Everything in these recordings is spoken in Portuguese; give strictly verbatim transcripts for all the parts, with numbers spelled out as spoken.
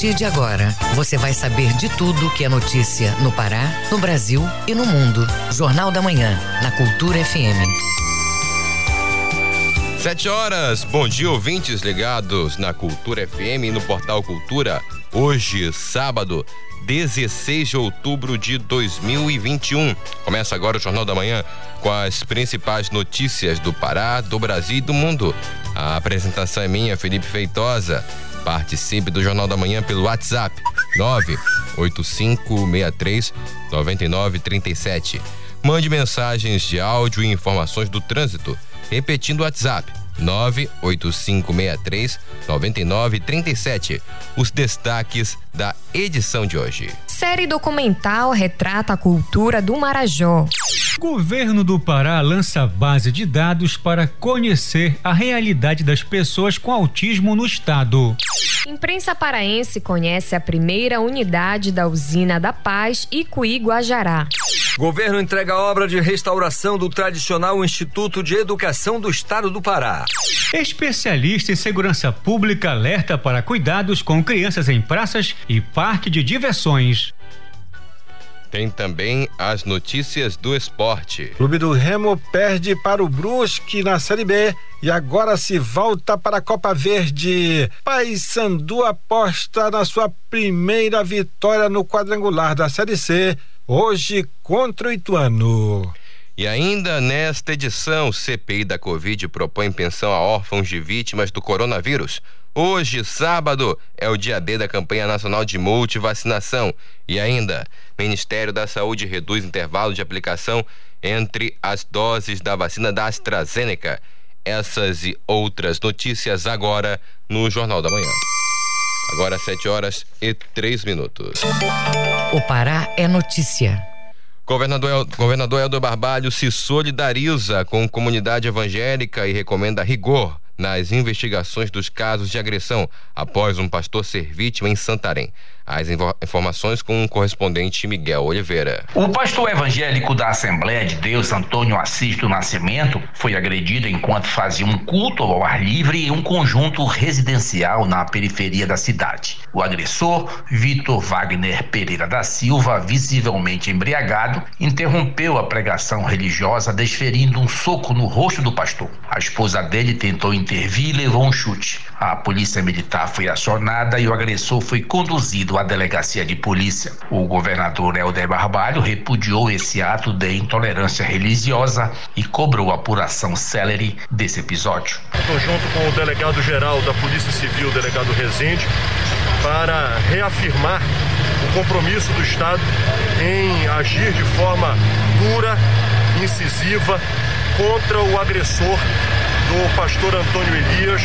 partir de agora, você vai saber de tudo que é notícia no Pará, no Brasil e no mundo. Jornal da Manhã, na Cultura F M. Sete horas, bom dia, ouvintes ligados na Cultura F M e no Portal Cultura. Hoje, sábado, dezesseis de outubro de dois mil e vinte e um. Começa agora o Jornal da Manhã com as principais notícias do Pará, do Brasil e do mundo. A apresentação é minha, Felipe Feitosa. Participe do Jornal da Manhã pelo WhatsApp nove oito cinco seis três nove nove três sete. Mande mensagens de áudio e informações do trânsito. Repetindo o WhatsApp nove oito cinco seis três nove nove três sete. Os destaques da edição de hoje. Série documental retrata a cultura do Marajó. Governo do Pará lança base de dados para conhecer a realidade das pessoas com autismo no estado. Imprensa paraense conhece a primeira unidade da usina da Paz Icuí-Guajará. Governo entrega a obra de restauração do tradicional Instituto de Educação do Estado do Pará. Especialista em segurança pública alerta para cuidados com crianças em praças e parque de diversões. Tem também as notícias do esporte. Clube do Remo perde para o Brusque na Série B e agora se volta para a Copa Verde. Paysandu aposta na sua primeira vitória no quadrangular da Série C, hoje contra o Ituano. E ainda nesta edição, C P I da Covid propõe pensão a órfãos de vítimas do coronavírus. Hoje, sábado, é o dia D da campanha nacional de multivacinação. E ainda, Ministério da Saúde reduz intervalo de aplicação entre as doses da vacina da AstraZeneca. Essas e outras notícias agora no Jornal da Manhã. Agora sete horas e três minutos. O Pará é notícia. Governador, governador Helder Barbalho se solidariza com a comunidade evangélica e recomenda rigor nas investigações dos casos de agressão após um pastor ser vítima em Santarém. As informações com o correspondente Miguel Oliveira. O pastor evangélico da Assembleia de Deus, Antônio Assis do Nascimento, foi agredido enquanto fazia um culto ao ar livre em um conjunto residencial na periferia da cidade. O agressor, Vitor Wagner Pereira da Silva, visivelmente embriagado, interrompeu a pregação religiosa desferindo um soco no rosto do pastor. A esposa dele tentou intervir e levou um chute. A polícia militar foi acionada e o agressor foi conduzido à delegacia de polícia. O governador Helder Barbalho repudiou esse ato de intolerância religiosa e cobrou apuração célere desse episódio. Estou junto com o delegado-geral da Polícia Civil, o delegado Rezende, para reafirmar o compromisso do Estado em agir de forma dura, incisiva, contra o agressor do pastor Antônio Elias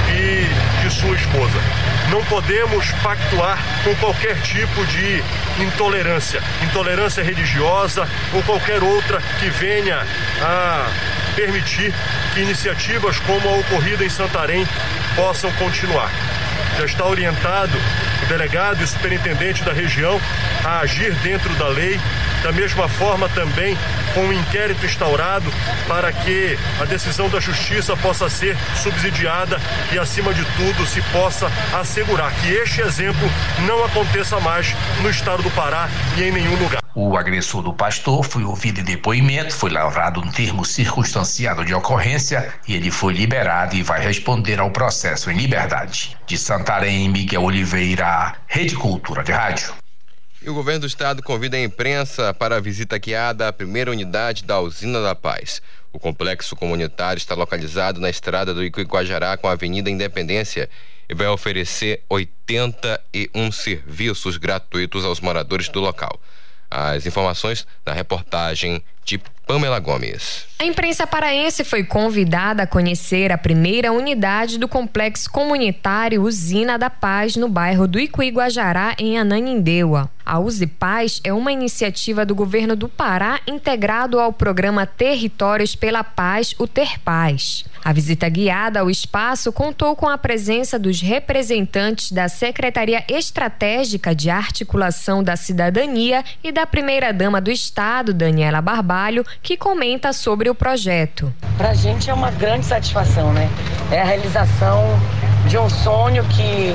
e de sua esposa. Não podemos pactuar com qualquer tipo de intolerância, intolerância religiosa ou qualquer outra que venha a permitir que iniciativas como a ocorrida em Santarém possam continuar. Já está orientado o delegado e o superintendente da região a agir dentro da lei, da mesma forma também com um inquérito instaurado para que a decisão da justiça possa ser subsidiada e, acima de tudo, se possa assegurar que este exemplo não aconteça mais no estado do Pará e em nenhum lugar. O agressor do pastor foi ouvido em depoimento, foi lavrado um termo circunstanciado de ocorrência e ele foi liberado e vai responder ao processo em liberdade. De Santarém, Miguel Oliveira, Rede Cultura de Rádio. E o governo do estado convida a imprensa para a visita guiada à primeira unidade da Usina da Paz. O complexo comunitário está localizado na estrada do Icuí-Guajará com a Avenida Independência e vai oferecer oitenta e um serviços gratuitos aos moradores do local. As informações na reportagem de Pamela Gomes. A imprensa paraense foi convidada a conhecer a primeira unidade do complexo comunitário Usina da Paz no bairro do Icuí-Guajará, em Ananindeua. A Uzi Paz é uma iniciativa do governo do Pará integrado ao programa Territórios pela Paz, o Terpaz. A visita guiada ao espaço contou com a presença dos representantes da Secretaria Estratégica de Articulação da Cidadania e da primeira-dama do Estado, Daniela Barbalho, que comenta sobre o projeto. Para a gente é uma grande satisfação, né? É a realização de um sonho que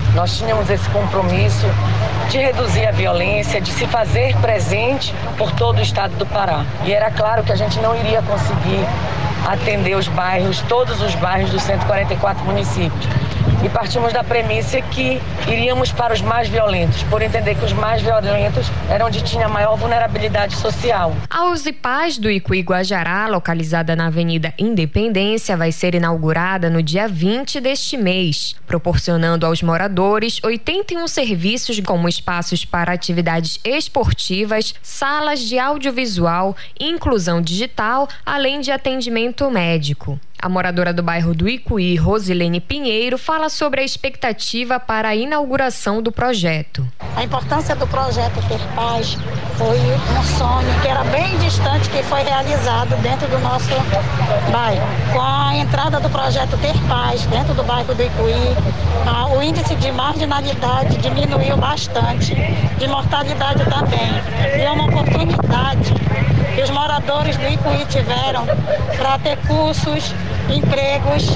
Nós tínhamos esse compromisso de reduzir a violência, de se fazer presente por todo o estado do Pará. E era claro que a gente não iria conseguir atender os bairros, todos os bairros dos cento e quarenta e quatro municípios. E partimos da premissa que iríamos para os mais violentos, por entender que os mais violentos eram onde tinha maior vulnerabilidade social. A U S I Paz do Icuí-Guajará, localizada na Avenida Independência, vai ser inaugurada no dia vinte deste mês, proporcionando aos moradores oitenta e um serviços como espaços para atividades esportivas, salas de audiovisual, inclusão digital, além de atendimento médico. A moradora do bairro do Icuí, Rosilene Pinheiro, fala sobre a expectativa para a inauguração do projeto. A importância do projeto Ter Paz foi um sonho que era bem distante, que foi realizado dentro do nosso bairro. Com a entrada do projeto Ter Paz dentro do bairro do Icuí, o índice de marginalidade diminuiu bastante, de mortalidade também. E é uma oportunidade que os moradores do Icuí tiveram para ter cursos, empregos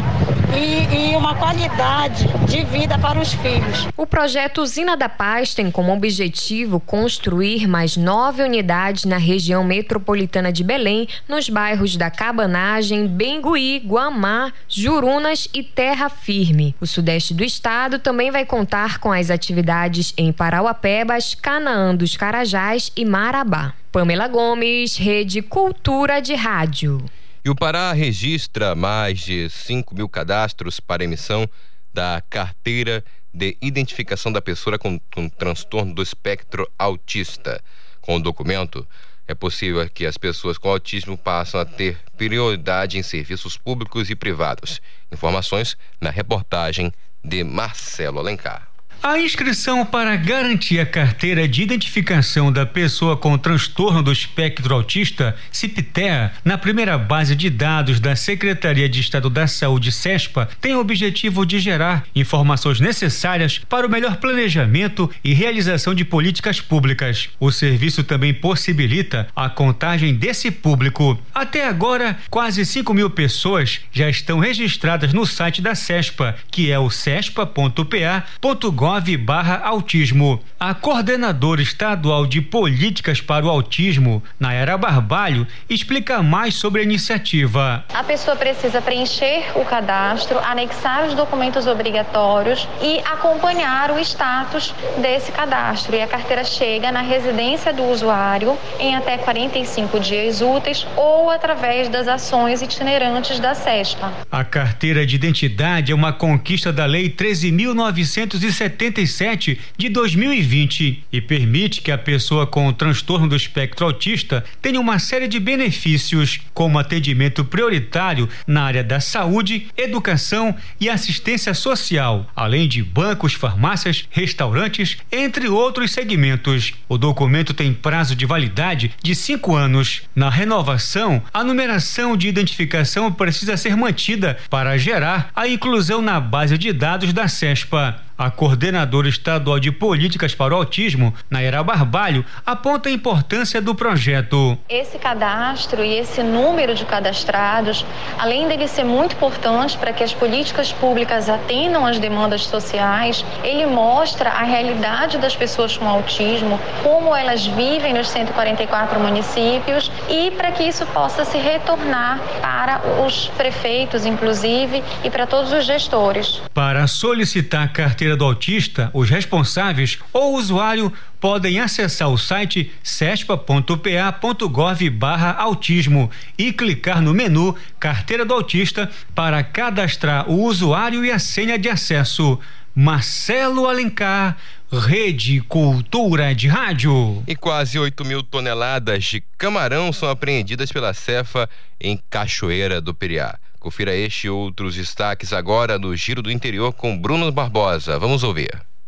e, e uma qualidade de vida para os filhos. O projeto Usina da Paz tem como objetivo construir mais nove unidades na região metropolitana de Belém, nos bairros da Cabanagem, Bengui, Guamá, Jurunas e Terra Firme. O sudeste do estado também vai contar com as atividades em Parauapebas, Canaã dos Carajás e Marabá. Pamela Gomes, Rede Cultura de Rádio. E o Pará registra mais de cinco mil cadastros para emissão da Carteira de Identificação da Pessoa com, com Transtorno do Espectro Autista. Com o documento, é possível que as pessoas com autismo passem a ter prioridade em serviços públicos e privados. Informações na reportagem de Marcelo Alencar. A inscrição para garantir a carteira de identificação da pessoa com transtorno do espectro autista, CIPTEA, na primeira base de dados da Secretaria de Estado da Saúde, SESPA, tem o objetivo de gerar informações necessárias para o melhor planejamento e realização de políticas públicas. O serviço também possibilita a contagem desse público. Até agora, quase cinco mil pessoas já estão registradas no site da SESPA, que é o sespa ponto p a ponto gov barra autismo. A coordenadora estadual de políticas para o autismo, Nayara Barbalho, explica mais sobre a iniciativa. A pessoa precisa preencher o cadastro, anexar os documentos obrigatórios e acompanhar o status desse cadastro. E a carteira chega na residência do usuário em até quarenta e cinco dias úteis ou através das ações itinerantes da SESPA. A carteira de identidade é uma conquista da Lei treze mil novecentos e setenta e sete de dois mil e vinte e permite que a pessoa com o transtorno do espectro autista tenha uma série de benefícios, como atendimento prioritário na área da saúde, educação e assistência social, além de bancos, farmácias, restaurantes, entre outros segmentos. O documento tem prazo de validade de cinco anos. Na renovação, a numeração de identificação precisa ser mantida para gerar a inclusão na base de dados da SESPA. A coordenadora estadual de políticas para o autismo, Nayara Barbalho, aponta a importância do projeto. Esse cadastro e esse número de cadastrados, além dele ser muito importante para que as políticas públicas atendam às demandas sociais, ele mostra a realidade das pessoas com autismo, como elas vivem nos cento e quarenta e quatro municípios e para que isso possa se retornar para os prefeitos, inclusive, e para todos os gestores. Para solicitar a carteira do autista, os responsáveis ou o usuário podem acessar o site sespa ponto p a ponto gov barra autismo e clicar no menu Carteira do Autista para cadastrar o usuário e a senha de acesso. Marcelo Alencar, Rede Cultura de Rádio. E quase oito mil toneladas de camarão são apreendidas pela Cefa em Cachoeira do Piriá. Confira este e outros destaques agora no Giro do Interior com Bruno Barbosa. Vamos ouvir.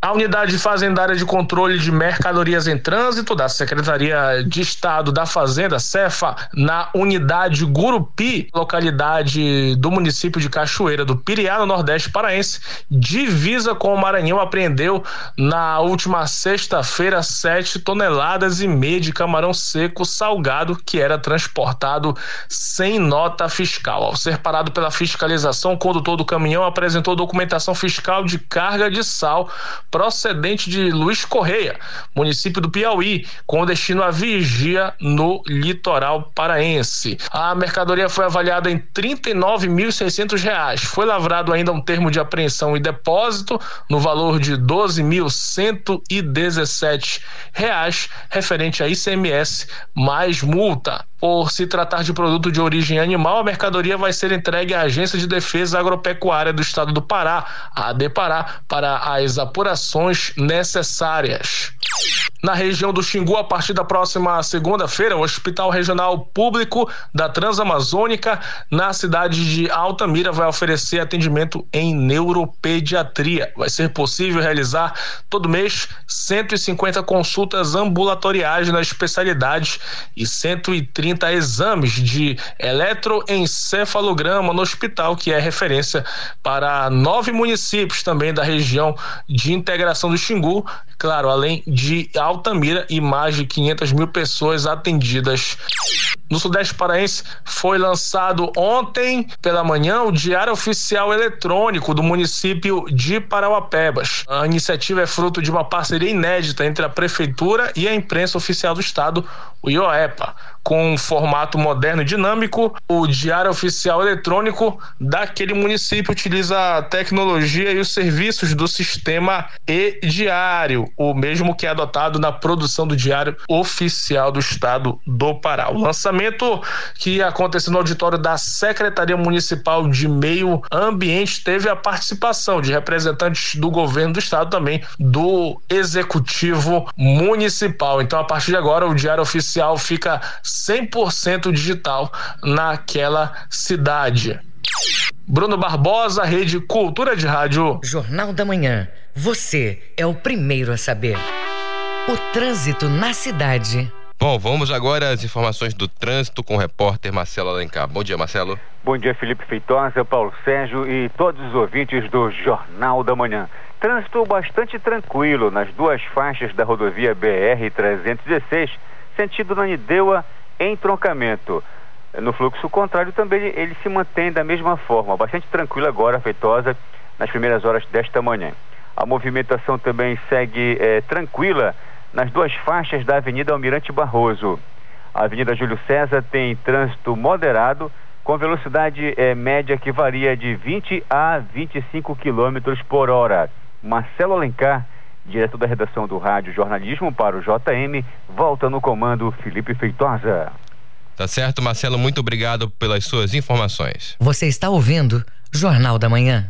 A Unidade Fazendária de Controle de Mercadorias em Trânsito da Secretaria de Estado da Fazenda, Cefa, na unidade Gurupi, localidade do município de Cachoeira do Piriá, no Nordeste Paraense, divisa com o Maranhão, apreendeu na última sexta-feira sete toneladas e meia de camarão seco salgado que era transportado sem nota fiscal. Ao ser parado pela fiscalização, o condutor do caminhão apresentou documentação fiscal de carga de sal procedente de Luiz Correia, município do Piauí, com destino a Vigia, no litoral paraense. A mercadoria foi avaliada em trinta e nove mil e seiscentos reais. Foi lavrado ainda um termo de apreensão e depósito no valor de doze mil cento e dezessete reais, referente a I C M S mais multa. Por se tratar de produto de origem animal, a mercadoria vai ser entregue à Agência de Defesa Agropecuária do Estado do Pará, a ADEPARÁ, para as apurações necessárias. Na região do Xingu, a partir da próxima segunda-feira, o Hospital Regional Público da Transamazônica, na cidade de Altamira, vai oferecer atendimento em neuropediatria. Vai ser possível realizar todo mês cento e cinquenta consultas ambulatoriais na especialidade e cento e trinta exames de eletroencefalograma no hospital, que é referência para nove municípios também da região de integração do Xingu, claro, além de Altamira, e mais de quinhentas mil pessoas atendidas. No Sudeste Paraense foi lançado ontem pela manhã o Diário Oficial Eletrônico do município de Parauapebas. A iniciativa é fruto de uma parceria inédita entre a Prefeitura e a imprensa oficial do Estado, o IOEPA. Com um formato moderno e dinâmico, o Diário Oficial Eletrônico daquele município utiliza a tecnologia e os serviços do sistema e-diário, o mesmo que é adotado na produção do Diário Oficial do Estado do Pará. O lançamento, que aconteceu no auditório da Secretaria Municipal de Meio Ambiente, teve a participação de representantes do governo do estado, também do Executivo Municipal. Então, a partir de agora, o Diário Oficial fica cem por cento digital naquela cidade. Bruno Barbosa, Rede Cultura de Rádio. Jornal da Manhã. Você é o primeiro a saber. O trânsito na cidade. Bom, vamos agora às informações do trânsito com o repórter Marcelo Alencar. Bom dia, Marcelo. Bom dia, Felipe Feitosa, Paulo Sérgio e todos os ouvintes do Jornal da Manhã. Trânsito bastante tranquilo nas duas faixas da rodovia B R trezentos e dezesseis, sentido Ananindeua, entroncamento. No fluxo contrário também ele se mantém da mesma forma, bastante tranquilo agora, Feitosa, nas primeiras horas desta manhã. A movimentação também segue é, tranquila nas duas faixas da Avenida Almirante Barroso. A Avenida Júlio César tem trânsito moderado, com velocidade é, média que varia de vinte a vinte e cinco quilômetros por hora. Marcelo Alencar, direto da redação do Rádio Jornalismo para o J M, volta no comando Felipe Feitosa. Tá certo, Marcelo, muito obrigado pelas suas informações. Você está ouvindo Jornal da Manhã.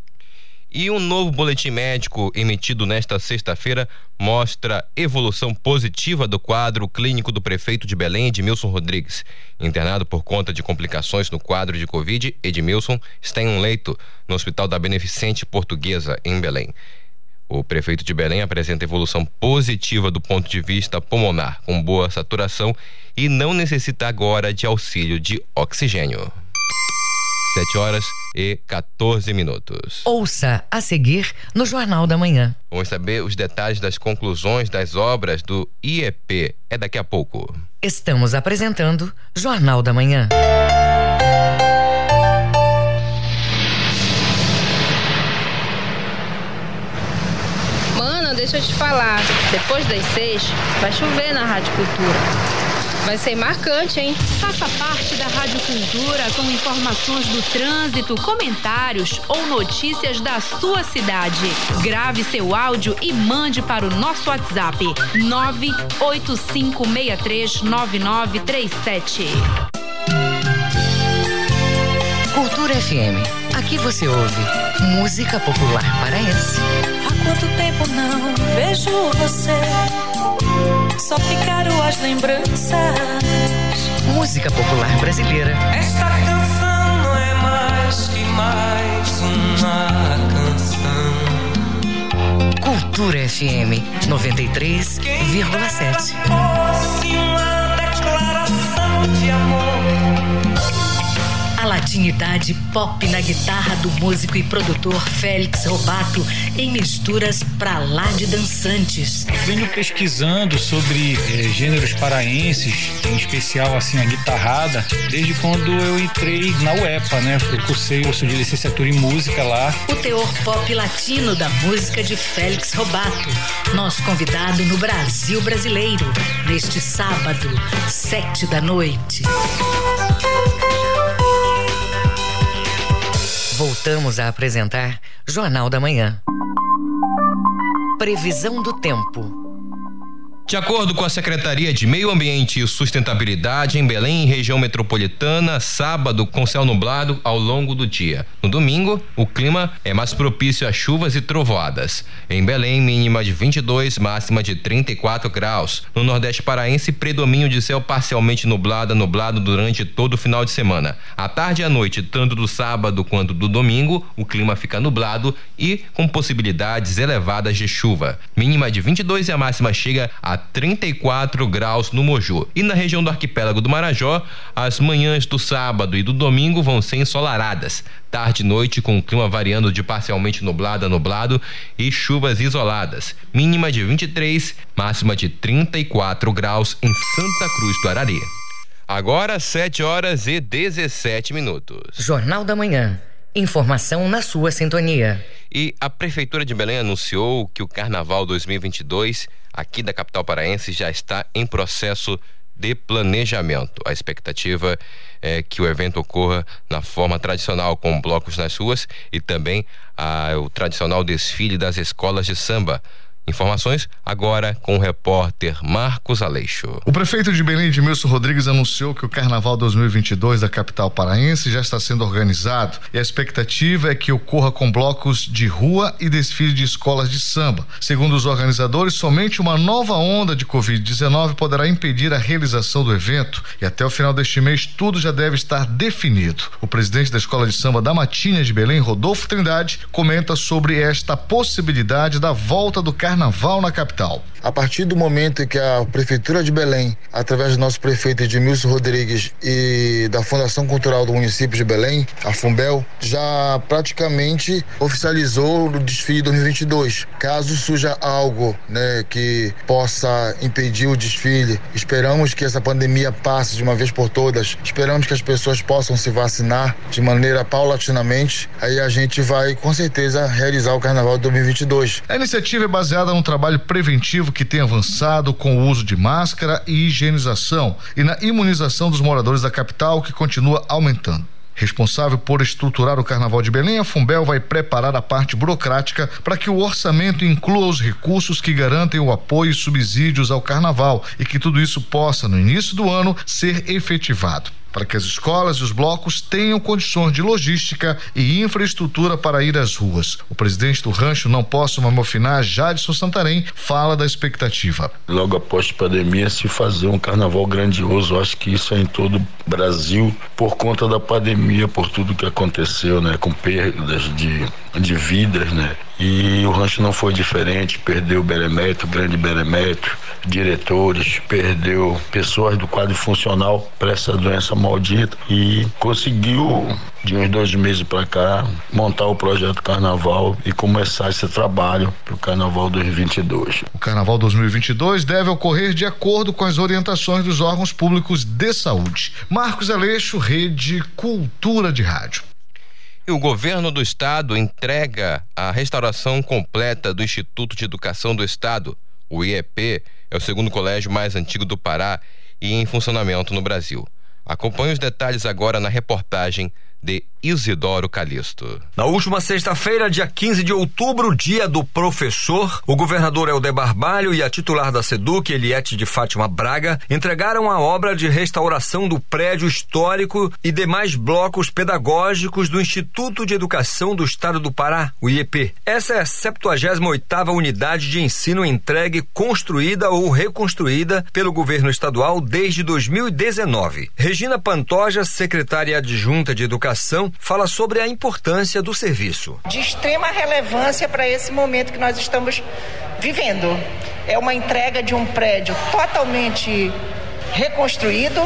E um novo boletim médico emitido nesta sexta-feira mostra evolução positiva do quadro clínico do prefeito de Belém, Edmilson Rodrigues. Internado por conta de complicações no quadro de Covid, Edmilson está em um leito no Hospital da Beneficente Portuguesa, em Belém. O prefeito de Belém apresenta evolução positiva do ponto de vista pulmonar, com boa saturação e não necessita agora de auxílio de oxigênio. sete horas e quatorze minutos. Ouça a seguir no Jornal da Manhã. Vamos saber os detalhes das conclusões das obras do I E P. É daqui a pouco. Estamos apresentando Jornal da Manhã. Mana, deixa eu te falar. Depois das seis, vai chover na Rádio Cultura. Vai ser marcante, hein? Faça parte da Rádio Cultura com informações do trânsito, comentários ou notícias da sua cidade. Grave seu áudio e mande para o nosso WhatsApp nove oito cinco seis três nove nove três sete. Cultura F M. Aqui você ouve música popular paraense. Há quanto tempo não vejo você? Só ficaram as lembranças. Música popular brasileira. Esta canção não é mais que mais uma canção. Cultura Cultura F M noventa e três vírgula sete. Uma declaração de amor. A latinidade pop na guitarra do músico e produtor Félix Robato em misturas pra lá de dançantes. Venho pesquisando sobre eh, gêneros paraenses, em especial assim a guitarrada, desde quando eu entrei na U E P A, né? Eu cursei o curso de licenciatura em música lá. O teor pop latino da música de Félix Robato, nosso convidado no Brasil Brasileiro, neste sábado, sete da noite. Voltamos a apresentar Jornal da Manhã. Previsão do tempo. De acordo com a Secretaria de Meio Ambiente e Sustentabilidade, em Belém e região metropolitana, sábado com céu nublado ao longo do dia. No domingo, o clima é mais propício a chuvas e trovoadas. Em Belém, mínima de vinte e dois, máxima de trinta e quatro graus. No Nordeste paraense, predomínio de céu parcialmente nublado, nublado durante todo o final de semana. À tarde e à noite, tanto do sábado quanto do domingo, o clima fica nublado e com possibilidades elevadas de chuva. Mínima de vinte e dois e a máxima chega a trinta e quatro graus no Moju. E na região do arquipélago do Marajó, as manhãs do sábado e do domingo vão ser ensolaradas. Tarde e noite com o clima variando de parcialmente nublado a nublado e chuvas isoladas. Mínima de vinte e três, máxima de trinta e quatro graus em Santa Cruz do Arari. Agora sete horas e dezessete minutos. Jornal da Manhã. Informação na sua sintonia. E a Prefeitura de Belém anunciou que o Carnaval dois mil e vinte e dois aqui da capital paraense já está em processo de planejamento. A expectativa é que o evento ocorra na forma tradicional, com blocos nas ruas e também a, o tradicional desfile das escolas de samba. Informações agora com o repórter Marcos Aleixo. O prefeito de Belém, Edmilson Rodrigues, anunciou que o Carnaval dois mil e vinte e dois da capital paraense já está sendo organizado e a expectativa é que ocorra com blocos de rua e desfile de escolas de samba. Segundo os organizadores, somente uma nova onda de covid dezenove poderá impedir a realização do evento e até o final deste mês tudo já deve estar definido. O presidente da Escola de Samba da Matinha de Belém, Rodolfo Trindade, comenta sobre esta possibilidade da volta do Carnaval Carnaval na capital. A partir do momento em que a Prefeitura de Belém, através do nosso prefeito Edmilson Rodrigues e da Fundação Cultural do município de Belém, a Fumbel, já praticamente oficializou o desfile dois mil e vinte e dois. Caso surja algo, né, que possa impedir o desfile, esperamos que essa pandemia passe de uma vez por todas, esperamos que as pessoas possam se vacinar de maneira paulatinamente, aí a gente vai com certeza realizar o Carnaval dois mil e vinte e dois. A iniciativa é baseada num trabalho preventivo que tem avançado com o uso de máscara e higienização e na imunização dos moradores da capital, que continua aumentando. Responsável por estruturar o Carnaval de Belém, a Fumbel vai preparar a parte burocrática para que o orçamento inclua os recursos que garantem o apoio e subsídios ao Carnaval e que tudo isso possa, no início do ano, ser efetivado, para que as escolas e os blocos tenham condições de logística e infraestrutura para ir às ruas. O presidente do Rancho Não Posso Mamofinar, Jadson Santarém, fala da expectativa. Logo após a pandemia, se fazer um carnaval grandioso, acho que isso é em todo o Brasil, por conta da pandemia, por tudo que aconteceu, né, com perdas de, de vidas, né, e o Rancho não foi diferente, perdeu o benemérito, o grande benemérito, diretores, perdeu pessoas do quadro funcional para essa doença maldita e conseguiu, de uns dois meses para cá, montar o projeto Carnaval e começar esse trabalho para o Carnaval dois mil e vinte e dois. O Carnaval dois mil e vinte e dois deve ocorrer de acordo com as orientações dos órgãos públicos de saúde. Marcos Aleixo, Rede Cultura de Rádio. E o governo do estado entrega a restauração completa do Instituto de Educação do Estado. O I E P é o segundo colégio mais antigo do Pará e em funcionamento no Brasil. Acompanhe os detalhes agora na reportagem de Isidoro Calixto. Na última sexta-feira, dia quinze de outubro, dia do professor, o governador Helder Barbalho e a titular da SEDUC, Eliette de Fátima Braga, entregaram a obra de restauração do prédio histórico e demais blocos pedagógicos do Instituto de Educação do Estado do Pará, o I E P. Essa é a septuagésima oitava unidade de ensino entregue, construída ou reconstruída pelo governo estadual desde dois mil e dezenove. Regina Pantoja, secretária adjunta de Educação Educação fala sobre a importância do serviço. De extrema relevância para esse momento que nós estamos vivendo. É uma entrega de um prédio totalmente reconstruído,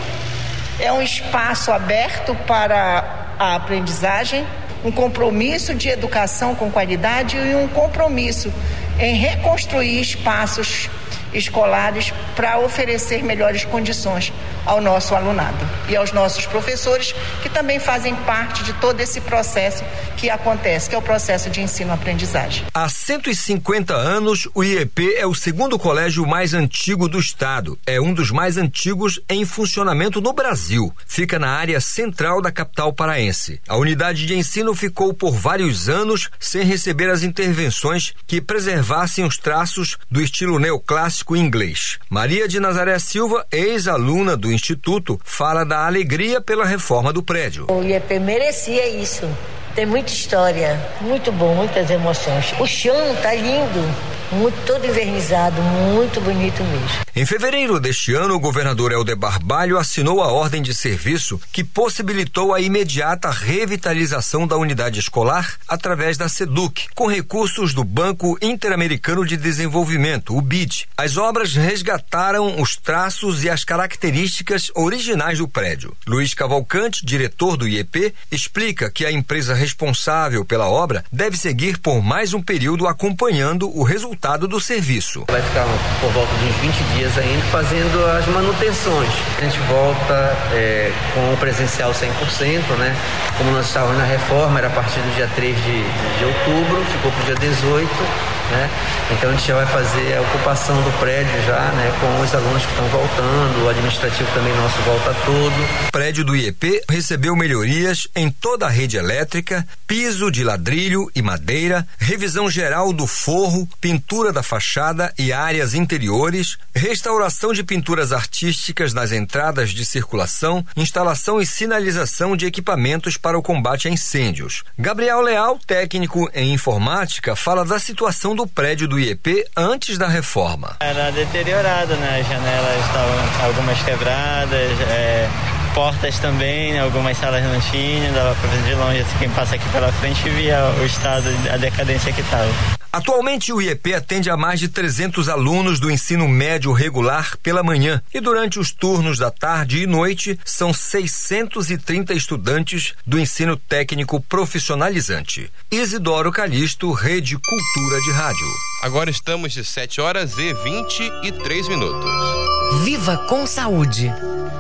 é um espaço aberto para a aprendizagem, um compromisso de educação com qualidade e um compromisso em reconstruir espaços escolares para oferecer melhores condições ao nosso alunado e aos nossos professores, que também fazem parte de todo esse processo que acontece, que é o processo de ensino-aprendizagem. Há cento e cinquenta anos, o I E P é o segundo colégio mais antigo do estado. É um dos mais antigos em funcionamento no Brasil. Fica na área central da capital paraense. A unidade de ensino ficou por vários anos sem receber as intervenções que preservassem os traços do estilo neoclássico inglês. Maria de Nazaré Silva, ex-aluna do Instituto, fala da alegria pela reforma do prédio. O I E P merecia isso. Tem muita história, muito bom, muitas emoções. O chão tá lindo, muito, todo envernizado, muito bonito mesmo. Em fevereiro deste ano, o governador Helder Barbalho assinou a ordem de serviço que possibilitou a imediata revitalização da unidade escolar através da SEDUC, com recursos do Banco Interamericano de Desenvolvimento, o B I D. As obras resgataram os traços e as características originais do prédio. Luiz Cavalcante, diretor do I E P, explica que a empresa responsável pela obra deve seguir por mais um período acompanhando o resultado do serviço. Vai ficar por volta de uns vinte dias ainda fazendo as manutenções. A gente volta é, com o presencial cem por cento, né? Como nós estávamos na reforma, era a partir do dia três de, de outubro, ficou para o dia dezoito. Né? Então a gente já vai fazer a ocupação do prédio já, né? Com os alunos que estão voltando, o administrativo também nosso volta todo. O prédio do I E P recebeu melhorias em toda a rede elétrica, piso de ladrilho e madeira, revisão geral do forro, pintura da fachada e áreas interiores, restauração de pinturas artísticas nas entradas de circulação, instalação e sinalização de equipamentos para o combate a incêndios. Gabriel Leal, técnico em informática, fala da situação do prédio do I E P antes da reforma. Era deteriorado, né? As janelas estavam algumas quebradas, é, portas também, algumas salas não tinham, dava para ver de longe, assim, quem passa aqui pela frente via o estado, a decadência que estava. Atualmente, o I E P atende a mais de trezentos alunos do ensino médio regular pela manhã e durante os turnos da tarde e noite são seiscentos e trinta estudantes do ensino técnico profissionalizante. Isidoro Calixto, Rede Cultura de Rádio. Agora estamos de sete horas e vinte e três minutos. Viva com saúde.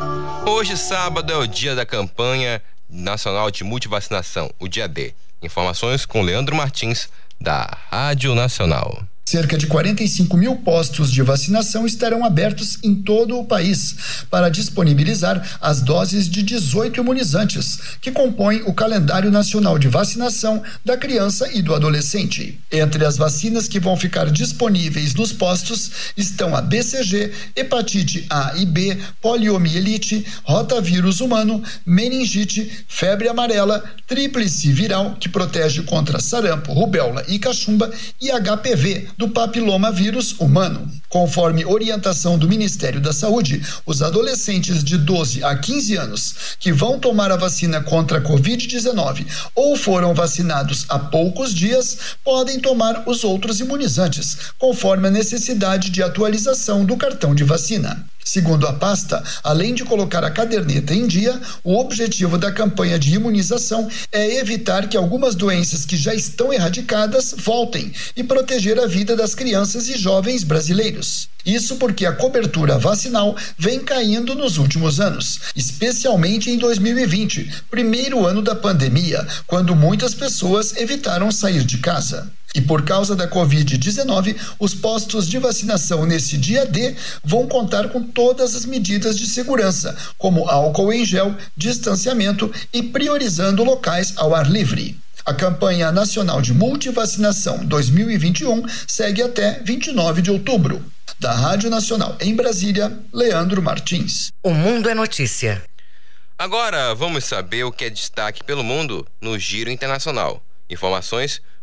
Hoje, sábado, é o dia da campanha nacional de multivacinação, o dia D. Informações com Leandro Martins, da Rádio Nacional. Cerca de quarenta e cinco mil postos de vacinação estarão abertos em todo o país para disponibilizar as doses de dezoito imunizantes, que compõem o calendário nacional de vacinação da criança e do adolescente. Entre as vacinas que vão ficar disponíveis nos postos estão a B C G, hepatite A e B, poliomielite, rotavírus humano, meningite, febre amarela, tríplice viral, que protege contra sarampo, rubéola e cachumba, e H P V, do papilomavírus humano. Conforme orientação do Ministério da Saúde, os adolescentes de doze a quinze anos que vão tomar a vacina contra a covid dezenove ou foram vacinados há poucos dias podem tomar os outros imunizantes, conforme a necessidade de atualização do cartão de vacina. Segundo a pasta, além de colocar a caderneta em dia, o objetivo da campanha de imunização é evitar que algumas doenças que já estão erradicadas voltem e proteger a vida das crianças e jovens brasileiros. Isso porque a cobertura vacinal vem caindo nos últimos anos, especialmente em dois mil e vinte, primeiro ano da pandemia, quando muitas pessoas evitaram sair de casa. E por causa da covid dezenove, os postos de vacinação nesse dia D vão contar com todas as medidas de segurança, como álcool em gel, distanciamento e priorizando locais ao ar livre. A campanha nacional de multivacinação dois mil e vinte e um segue até vinte e nove de outubro. Da Rádio Nacional em Brasília, Leandro Martins. O Mundo é Notícia. Agora vamos saber o que é destaque pelo mundo no Giro Internacional. Informações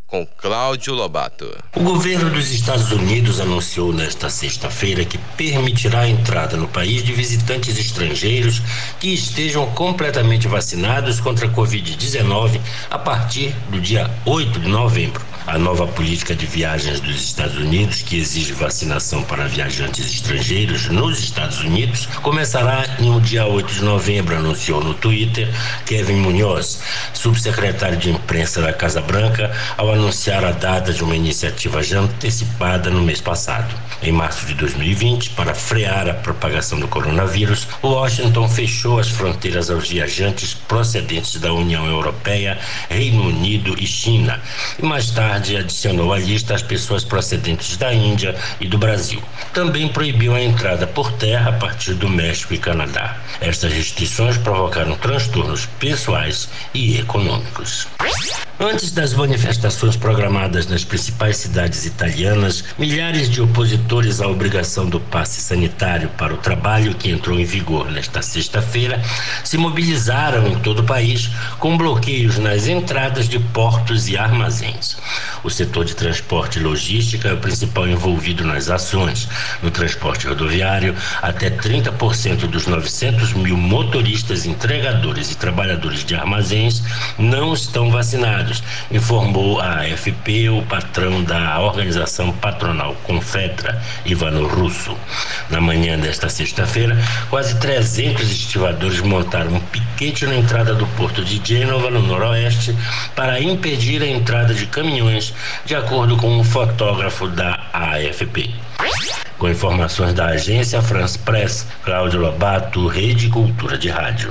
com Cláudio Lobato. O governo dos Estados Unidos anunciou nesta sexta-feira que permitirá a entrada no país de visitantes estrangeiros que estejam completamente vacinados contra a covid dezenove a partir do dia oito de novembro. A nova política de viagens dos Estados Unidos, que exige vacinação para viajantes estrangeiros nos Estados Unidos, começará no dia oito de novembro, anunciou no Twitter Kevin Munoz, subsecretário de imprensa da Casa Branca, ao anunciar a data de uma iniciativa já antecipada no mês passado. Em março de dois mil e vinte, para frear a propagação do coronavírus, Washington fechou as fronteiras aos viajantes procedentes da União Europeia, Reino Unido e China, e mais tarde adicionou à lista as pessoas procedentes da Índia e do Brasil. Também proibiu a entrada por terra a partir do México e Canadá. Estas restrições provocaram transtornos pessoais e econômicos. Antes das manifestações programadas nas principais cidades italianas, milhares de opositores à obrigação do passe sanitário para o trabalho, que entrou em vigor nesta sexta-feira, se mobilizaram em todo o país com bloqueios nas entradas de portos e armazéns. O setor de transporte e logística é o principal envolvido nas ações. No transporte rodoviário, até trinta por cento dos novecentos mil motoristas, entregadores e trabalhadores de armazéns não estão vacinados, informou a A F P o patrão da organização patronal Confetra, Ivano Russo. Na manhã desta sexta-feira, quase trezentos estivadores montaram um piquete na entrada do porto de Gênova, no noroeste, para impedir a entrada de caminhões, de acordo com um fotógrafo da A F P. Com informações da agência France Press, Cláudio Lobato, Rede Cultura de Rádio.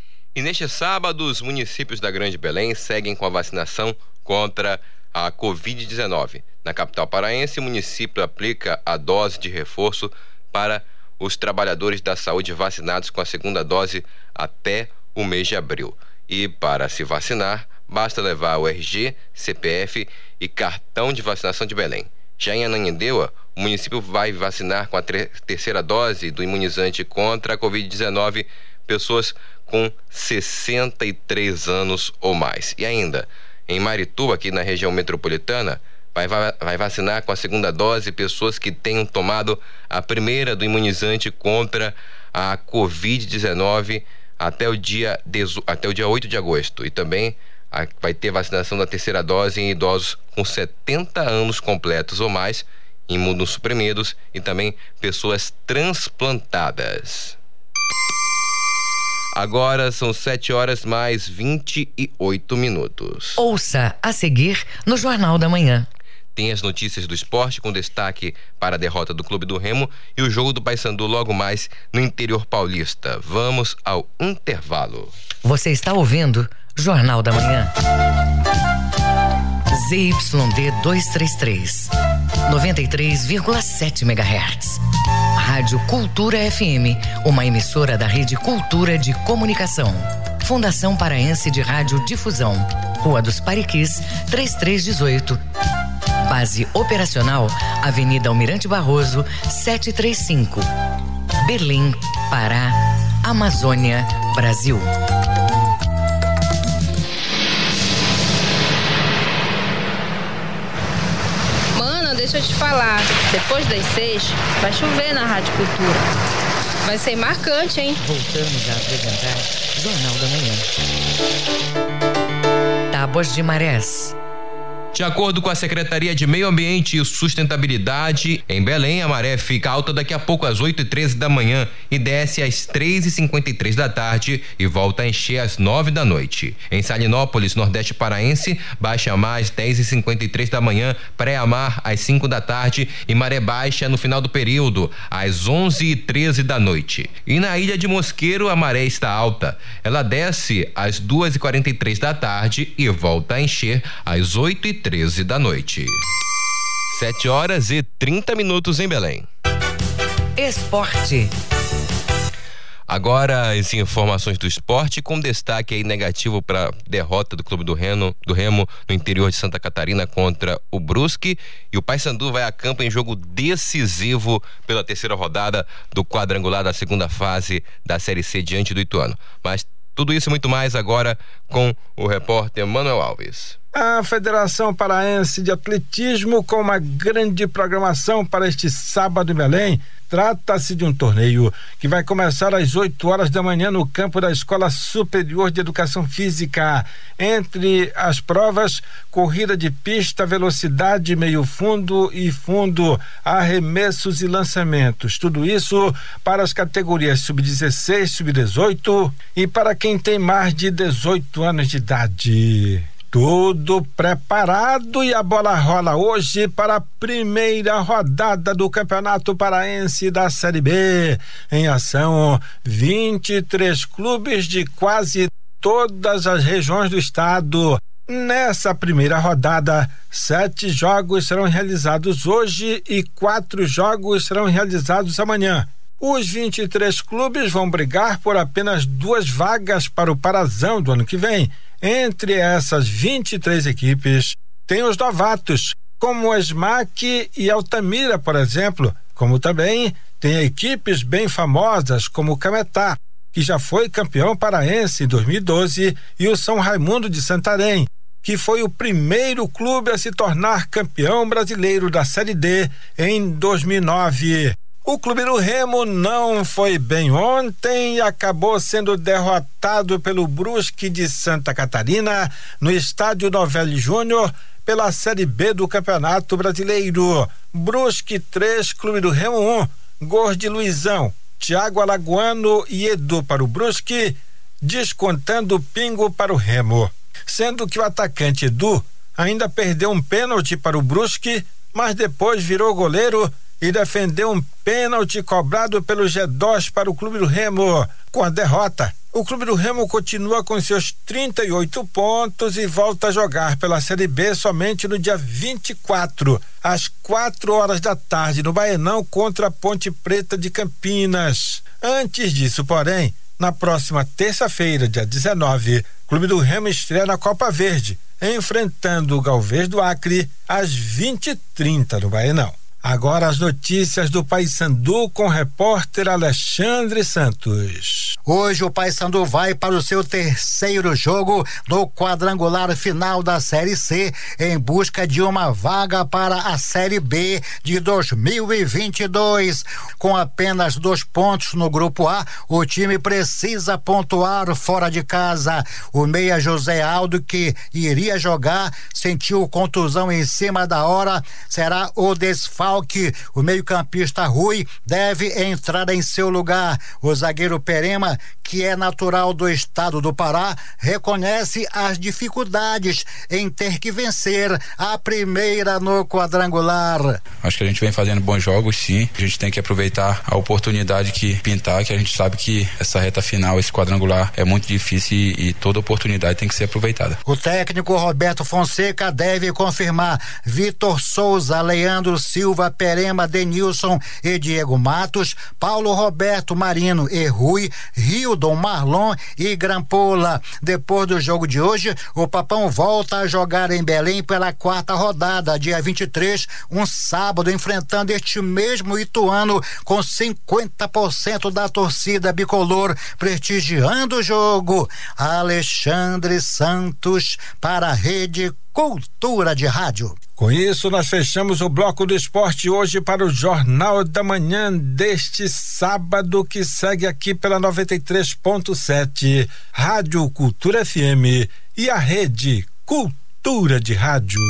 E neste sábado, os municípios da Grande Belém seguem com a vacinação contra a covid dezenove. Na capital paraense, o município aplica a dose de reforço para os trabalhadores da saúde vacinados com a segunda dose até o mês de abril. E para se vacinar, basta levar o R G, C P F e cartão de vacinação de Belém. Já em Ananindeua, o município vai vacinar com a tre- terceira dose do imunizante contra a covid dezenove pessoas com sessenta e três anos ou mais. E ainda, em Marituba, aqui na região metropolitana, vai, vai vacinar com a segunda dose pessoas que tenham tomado a primeira do imunizante contra a covid dezenove até o dia, até o dia oito de agosto. E também a, vai ter vacinação da terceira dose em idosos com setenta anos completos ou mais, imunossuprimidos e também pessoas transplantadas. Agora são sete horas mais vinte e oito minutos. Ouça a seguir no Jornal da Manhã. Tem as notícias do esporte com destaque para a derrota do Clube do Remo e o jogo do Paysandu logo mais no interior paulista. Vamos ao intervalo. Você está ouvindo Jornal da Manhã. Z Y D duzentos e trinta e três, noventa e três vírgula sete megahertz. Rádio Cultura F M, uma emissora da Rede Cultura de Comunicação. Fundação Paraense de Rádio Difusão. Rua dos Pariquis, trinta e três dezoito. Base operacional, Avenida Almirante Barroso, setecentos e trinta e cinco. Berlim, Pará, Amazônia, Brasil. Deixa eu te falar, depois das seis, vai chover na Rádio Cultura. Vai ser marcante, hein? Voltamos a apresentar Jornal da Manhã. Tábuas de Marés. De acordo com a Secretaria de Meio Ambiente e Sustentabilidade, em Belém, a maré fica alta daqui a pouco às oito e treze da manhã e desce às três e cinquenta e três da tarde e volta a encher às nove da noite. Em Salinópolis, Nordeste Paraense, baixa mar às dez e cinquenta e três da manhã, pré-amar às cinco da tarde e maré baixa no final do período, às onze e treze da noite. E na Ilha de Mosqueiro, a maré está alta. Ela desce às duas e quarenta e três da tarde e volta a encher às oito e treze da noite. Sete horas e trinta minutos em Belém. Esporte. Agora as informações do esporte com destaque aí negativo para derrota do Clube do Remo, do Remo no interior de Santa Catarina contra o Brusque, e o Paysandu vai a campo em jogo decisivo pela terceira rodada do quadrangular da segunda fase da Série C diante do Ituano. Mas tudo isso e muito mais agora com o repórter Manuel Alves. A Federação Paraense de Atletismo com uma grande programação para este sábado em Belém. Trata-se de um torneio que vai começar às oito horas da manhã no campo da Escola Superior de Educação Física. Entre as provas, corrida de pista, velocidade, meio fundo e fundo, arremessos e lançamentos. Tudo isso para as categorias sub dezesseis, sub dezoito e para quem tem mais de dezoito anos de idade. Tudo preparado e a bola rola hoje para a primeira rodada do Campeonato Paraense da Série B. Em ação, vinte e três clubes de quase todas as regiões do estado. Nessa primeira rodada, sete jogos serão realizados hoje e quatro jogos serão realizados amanhã. Os vinte e três clubes vão brigar por apenas duas vagas para o Parazão do ano que vem. Entre essas vinte e três equipes, tem os novatos, como o Smack e Altamira, por exemplo, como também tem equipes bem famosas, como o Cametá, que já foi campeão paraense em dois mil e doze, e o São Raimundo de Santarém, que foi o primeiro clube a se tornar campeão brasileiro da Série D em dois mil e nove. O Clube do Remo não foi bem ontem e acabou sendo derrotado pelo Brusque de Santa Catarina no estádio Novelli Júnior pela Série B do Campeonato Brasileiro. Brusque três, Clube do Remo um, gols de Luizão, Thiago Alagoano e Edu para o Brusque, descontando pingo para o Remo. Sendo que o atacante Edu ainda perdeu um pênalti para o Brusque, mas depois virou goleiro e defendeu um pênalti cobrado pelo G dois para o Clube do Remo. Com a derrota, o Clube do Remo continua com seus trinta e oito pontos e volta a jogar pela Série B somente no dia vinte e quatro, às quatro horas da tarde, no Baenão, contra a Ponte Preta de Campinas. Antes disso, porém, na próxima terça-feira, dia dezenove, o Clube do Remo estreia na Copa Verde, enfrentando o Galvez do Acre às vinte e trinta no Baenão. Agora as notícias do Paysandu com o repórter Alexandre Santos. Hoje o Paysandu vai para o seu terceiro jogo no quadrangular final da Série C em busca de uma vaga para a Série B de dois mil e vinte e dois. Com apenas dois pontos no grupo A, o time precisa pontuar fora de casa. O meia José Aldo, que iria jogar, sentiu contusão em cima da hora, será o desfalque. O meio-campista Rui deve entrar em seu lugar. O zagueiro Perema, que é natural do estado do Pará, reconhece as dificuldades em ter que vencer a primeira no quadrangular. Acho que a gente vem fazendo bons jogos, sim. A gente tem que aproveitar a oportunidade que pintar, que a gente sabe que essa reta final, esse quadrangular é muito difícil e, e toda oportunidade tem que ser aproveitada. O técnico Roberto Fonseca deve confirmar Vitor Souza, Leandro Silva, Perema, Denilson e Diego Matos, Paulo Roberto Marino e Rui, Hildon, Marlon e Grampola. Depois do jogo de hoje, o Papão volta a jogar em Belém pela quarta rodada, dia vinte e três, um sábado, enfrentando este mesmo Ituano com cinquenta por cento da torcida bicolor prestigiando o jogo. Alexandre Santos para a Rede Cultura de Rádio. Com isso, nós fechamos o bloco do esporte hoje para o Jornal da Manhã deste sábado, que segue aqui pela noventa e três ponto sete, Rádio Cultura F M e a Rede Cultura de Rádio.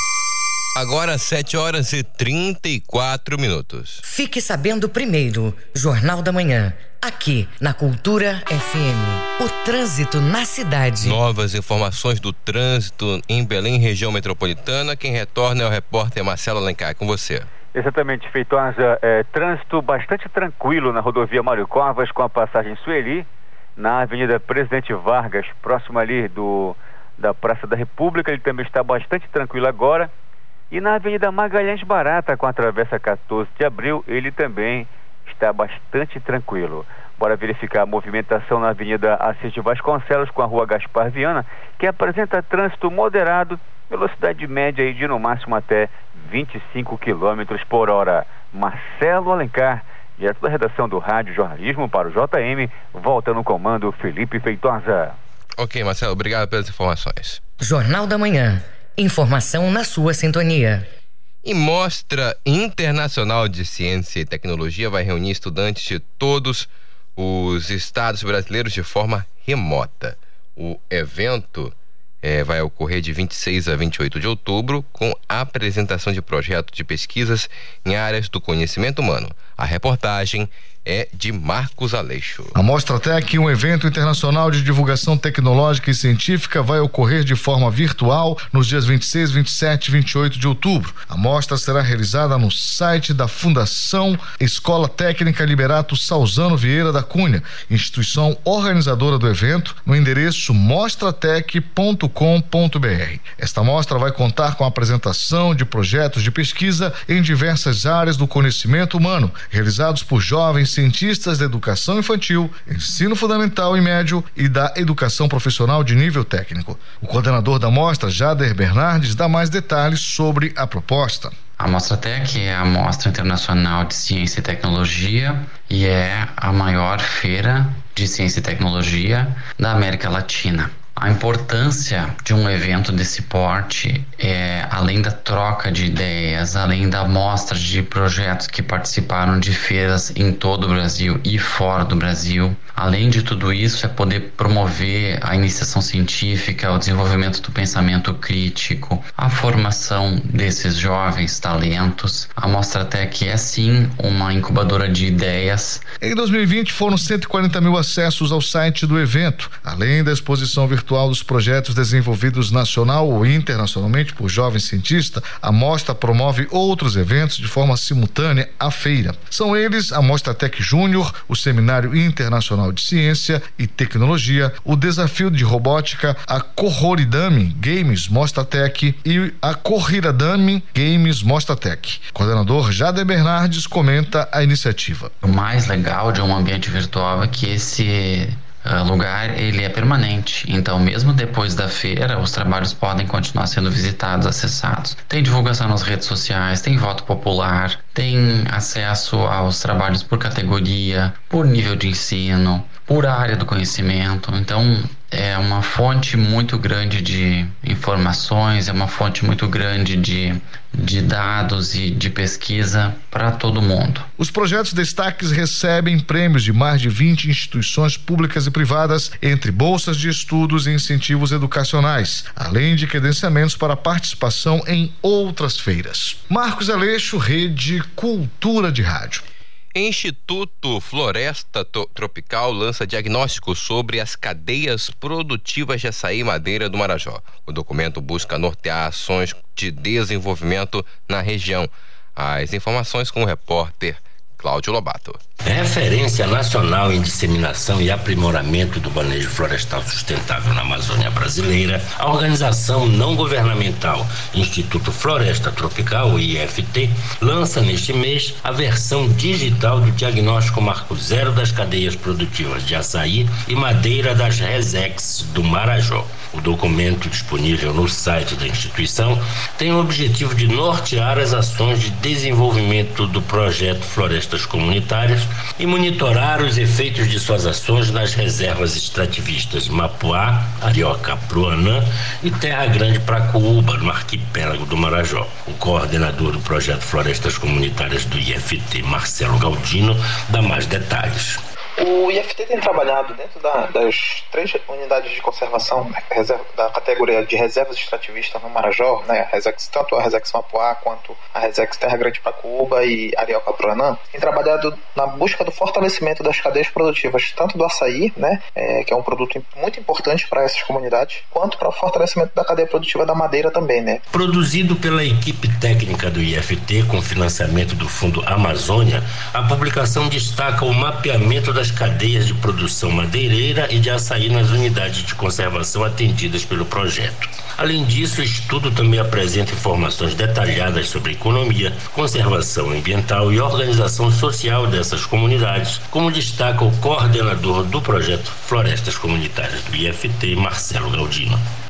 Agora sete horas e trinta e quatro minutos. Fique sabendo primeiro, Jornal da Manhã, aqui na Cultura F M. O trânsito na cidade. Novas informações do trânsito em Belém, região metropolitana. Quem retorna é o repórter Marcelo Alencar. Com você. Exatamente, Feitosa. É, trânsito bastante tranquilo na rodovia Mário Covas, com a passagem Sueli, na Avenida Presidente Vargas, próximo ali do, da Praça da República. Ele também está bastante tranquilo agora. E na Avenida Magalhães Barata, com a Travessa quatorze de abril, ele também está bastante tranquilo. Bora verificar a movimentação na Avenida Assis de Vasconcelos, com a Rua Gaspar Viana, que apresenta trânsito moderado, velocidade média aí de no máximo até vinte e cinco quilômetros por hora. Marcelo Alencar, direto da redação do Rádio Jornalismo para o J M, volta no comando Felipe Feitosa. Ok, Marcelo, obrigado pelas informações. Jornal da Manhã. Informação na sua sintonia. E Mostra Internacional de Ciência e Tecnologia vai reunir estudantes de todos os estados brasileiros de forma remota. O evento é, vai ocorrer de vinte e seis a vinte e oito de outubro, com a apresentação de projetos de pesquisas em áreas do conhecimento humano. A reportagem é de Marcos Aleixo. A Mostratec, um evento internacional de divulgação tecnológica e científica, vai ocorrer de forma virtual nos dias vinte e seis, vinte e sete e vinte e oito de outubro. A mostra será realizada no site da Fundação Escola Técnica Liberato Salzano Vieira da Cunha, instituição organizadora do evento, no endereço mostratec ponto com ponto br. Esta mostra vai contar com a apresentação de projetos de pesquisa em diversas áreas do conhecimento humano, realizados por jovens cientistas da educação infantil, ensino fundamental e médio e da educação profissional de nível técnico. O coordenador da mostra, Jader Bernardes, dá mais detalhes sobre a proposta. A Mostratec é a Mostra Internacional de Ciência e Tecnologia e é a maior feira de ciência e tecnologia da América Latina. A importância de um evento desse porte é, além da troca de ideias, além da mostra de projetos que participaram de feiras em todo o Brasil e fora do Brasil, além de tudo isso, é poder promover a iniciação científica, o desenvolvimento do pensamento crítico, a formação desses jovens talentos. A Mostratec é sim uma incubadora de ideias. Em dois mil e vinte foram cento e quarenta mil acessos ao site do evento, além da exposição virtual dos projetos desenvolvidos nacional ou internacionalmente por jovens cientistas. A mostra promove outros eventos de forma simultânea à feira. São eles a Mostratec Júnior, o Seminário Internacional de Ciência e Tecnologia, o Desafio de Robótica, a Corroridame Games Mostratec e a Corriradame Games Mostratec. O coordenador Jader Bernardes comenta a iniciativa. O mais legal de um ambiente virtual é que esse Uh, lugar ele é permanente, então mesmo depois da feira os trabalhos podem continuar sendo visitados, acessados. Tem divulgação nas redes sociais, tem voto popular, tem acesso aos trabalhos por categoria, por nível de ensino, por área do conhecimento. Então é uma fonte muito grande de informações, é uma fonte muito grande de, de dados e de pesquisa para todo mundo. Os projetos destaques recebem prêmios de mais de vinte instituições públicas e privadas, entre bolsas de estudos e incentivos educacionais, além de credenciamentos para participação em outras feiras. Marcos Aleixo, Rede Cultura de Rádio. Instituto Floresta Tropical lança diagnóstico sobre as cadeias produtivas de açaí e madeira do Marajó. O documento busca nortear ações de desenvolvimento na região. As informações com o repórter Cláudio Lobato. Referência nacional em disseminação e aprimoramento do manejo florestal sustentável na Amazônia brasileira, a organização não governamental Instituto Floresta Tropical, o I F T, lança neste mês a versão digital do diagnóstico marco zero das cadeias produtivas de açaí e madeira das Resex do Marajó. O documento, disponível no site da instituição, tem o objetivo de nortear as ações de desenvolvimento do projeto Florestas Comunitárias e monitorar os efeitos de suas ações nas reservas extrativistas Mapuá, Arioca-Pruanã e Terra Grande Pracuúba, no arquipélago do Marajó. O coordenador do projeto Florestas Comunitárias do I F T, Marcelo Galdino, dá mais detalhes. O I F T tem trabalhado dentro da, das três unidades de conservação reserva, da categoria de reservas extrativistas no Marajó, né, a Resex, tanto a Resex Mapuá quanto a Resex Terra Grande Pracuúba e Arioca-Pruanã, tem trabalhado na busca do fortalecimento das cadeias produtivas, tanto do açaí, né, é, que é um produto muito importante para essas comunidades, quanto para o fortalecimento da cadeia produtiva da madeira também, né. Produzido pela equipe técnica do I F T com financiamento do Fundo Amazônia, a publicação destaca o mapeamento das cadeias de produção madeireira e de açaí nas unidades de conservação atendidas pelo projeto. Além disso, o estudo também apresenta informações detalhadas sobre economia, conservação ambiental e organização social dessas comunidades, como destaca o coordenador do projeto Florestas Comunitárias do I F T, Marcelo Galdino.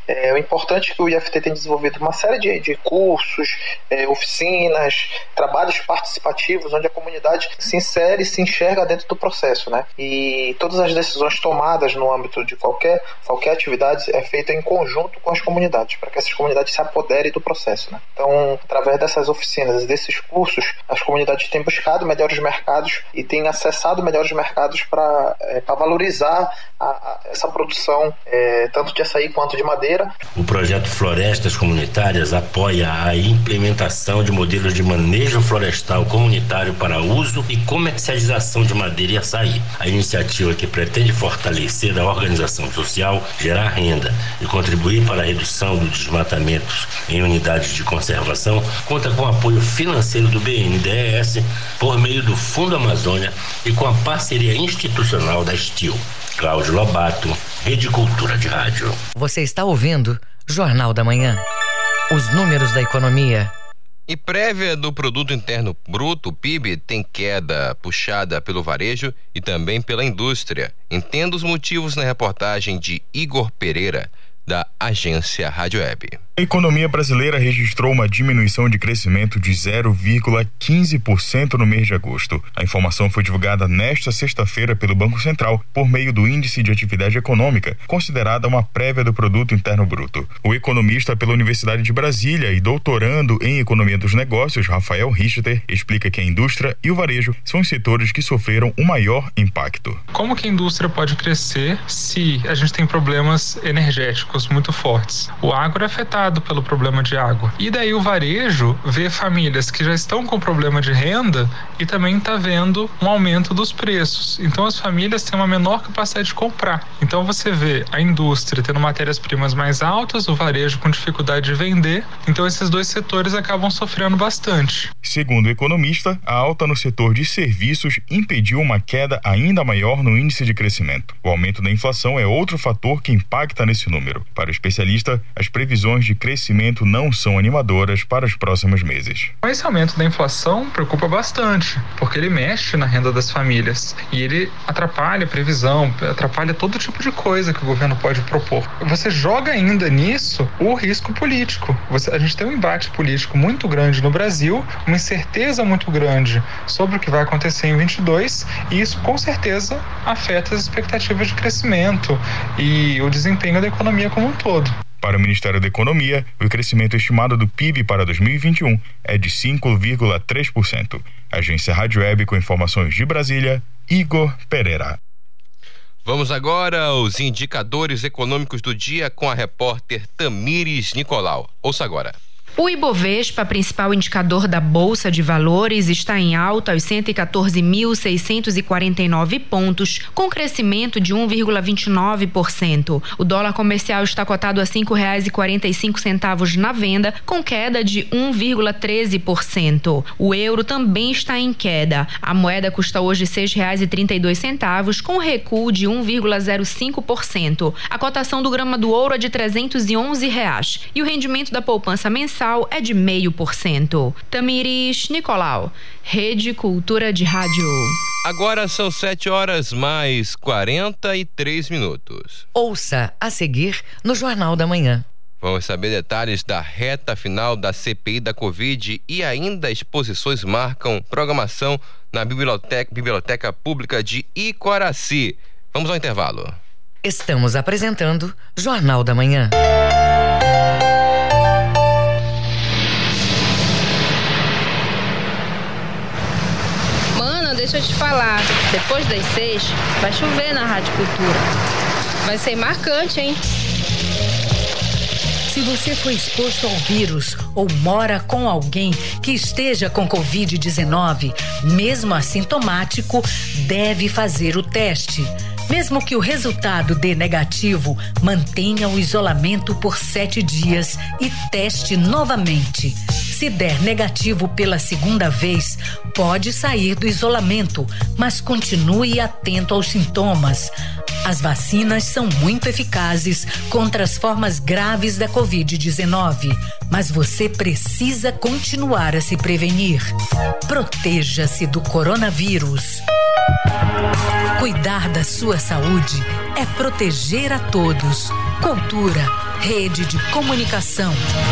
É, o importante é que o I F T tem desenvolvido uma série de, de cursos, é, oficinas, trabalhos participativos, onde a comunidade se insere e se enxerga dentro do processo, né? E todas as decisões tomadas no âmbito de qualquer, qualquer atividade é feita em conjunto com as comunidades, para que essas comunidades se apoderem do processo, né? Então, através dessas oficinas e desses cursos, as comunidades têm buscado melhores mercados e têm acessado melhores mercados para é, para valorizar a, a, essa produção, é, tanto de açaí quanto de madeira. O projeto Florestas Comunitárias apoia a implementação de modelos de manejo florestal comunitário para uso e comercialização de madeira e açaí. A iniciativa, que pretende fortalecer a organização social, gerar renda e contribuir para a redução dos desmatamentos em unidades de conservação, conta com o apoio financeiro do B N D E S por meio do Fundo Amazônia e com a parceria institucional da Estil. Cláudio Lobato, Rede Cultura de Rádio. Você está ouvindo Jornal da Manhã. Os números da economia. E prévia do Produto Interno Bruto, P I B, tem queda puxada pelo varejo e também pela indústria. Entenda os motivos na reportagem de Igor Pereira, da agência Rádio Web. A economia brasileira registrou uma diminuição de crescimento de zero vírgula quinze por cento no mês de agosto. A informação foi divulgada nesta sexta-feira pelo Banco Central por meio do Índice de Atividade Econômica, considerada uma prévia do Produto Interno Bruto. O economista pela Universidade de Brasília e doutorando em Economia dos Negócios, Rafael Richter, explica que a indústria e o varejo são os setores que sofreram o maior impacto. Como que a indústria pode crescer se a gente tem problemas energéticos muito fortes? O agro é afetado pelo problema de água. E daí o varejo vê famílias que já estão com problema de renda e também está vendo um aumento dos preços. Então as famílias têm uma menor capacidade de comprar. Então você vê a indústria tendo matérias-primas mais altas, o varejo com dificuldade de vender. Então esses dois setores acabam sofrendo bastante. Segundo o economista, a alta no setor de serviços impediu uma queda ainda maior no índice de crescimento. O aumento da inflação é outro fator que impacta nesse número. Para o especialista, as previsões de crescimento não são animadoras para os próximos meses. Esse aumento da inflação preocupa bastante, porque ele mexe na renda das famílias e ele atrapalha a previsão, atrapalha todo tipo de coisa que o governo pode propor. Você joga ainda nisso o risco político. Você, a gente tem um embate político muito grande no Brasil, uma incerteza muito grande sobre o que vai acontecer em vinte e dois, e isso com certeza afeta as expectativas de crescimento e o desempenho da economia como um todo. Para o Ministério da Economia, o crescimento estimado do P I B para dois mil e vinte e um é de cinco vírgula três por cento. Agência Rádio Web com informações de Brasília, Igor Pereira. Vamos agora aos indicadores econômicos do dia com a repórter Tamires Nicolau. Ouça agora. O Ibovespa, principal indicador da Bolsa de Valores, está em alta aos cento e quatorze mil, seiscentos e quarenta e nove pontos, com crescimento de um vírgula vinte e nove por cento. O dólar comercial está cotado a cinco reais e quarenta e cinco centavos na venda, com queda de um vírgula treze por cento. O euro também está em queda. A moeda custa hoje seis reais e trinta e dois centavos, com recuo de um vírgula zero cinco por cento. A cotação do grama do ouro é de trezentos e onze reais e o rendimento da poupança mensal é de zero vírgula cinco por cento. Tamires Nicolau, Rede Cultura de Rádio. Agora são sete horas mais quarenta e três minutos. Ouça a seguir no Jornal da Manhã. Vamos saber detalhes da reta final da C P I da Covid e ainda exposições marcam programação na Biblioteca, Biblioteca Pública de Icoraci. Vamos ao intervalo. Estamos apresentando Jornal da Manhã. Deixa eu te falar, depois das seis, vai chover na Rádio Cultura. Vai ser marcante, hein? Se você foi exposto ao vírus ou mora com alguém que esteja com covid dezenove, mesmo assintomático, deve fazer o teste. Mesmo que o resultado dê negativo, mantenha o isolamento por sete dias e teste novamente. Se der negativo pela segunda vez, pode sair do isolamento, mas continue atento aos sintomas. As vacinas são muito eficazes contra as formas graves da covid dezenove, mas você precisa continuar a se prevenir. Proteja-se do coronavírus. Cuidar da sua saúde é proteger a todos. Cultura, Rede de Comunicação.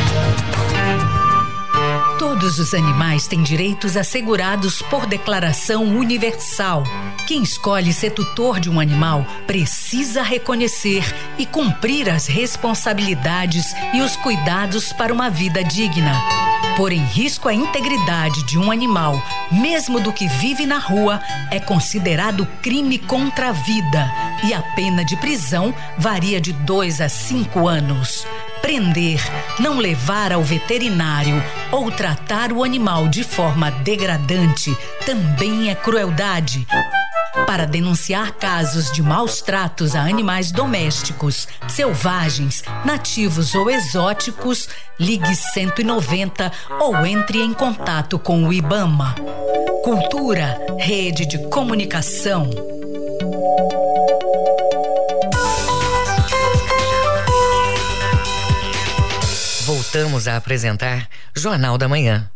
Todos os animais têm direitos assegurados por declaração universal. Quem escolhe ser tutor de um animal precisa reconhecer e cumprir as responsabilidades e os cuidados para uma vida digna. Pôr em risco a integridade de um animal, mesmo do que vive na rua, é considerado crime contra a vida e a pena de prisão varia de dois a cinco anos. Prender, não levar ao veterinário ou tratar o animal de forma degradante também é crueldade. Para denunciar casos de maus tratos a animais domésticos, selvagens, nativos ou exóticos, ligue cento e noventa ou entre em contato com o IBAMA. Cultura, Rede de Comunicação. Voltamos a apresentar Jornal da Manhã.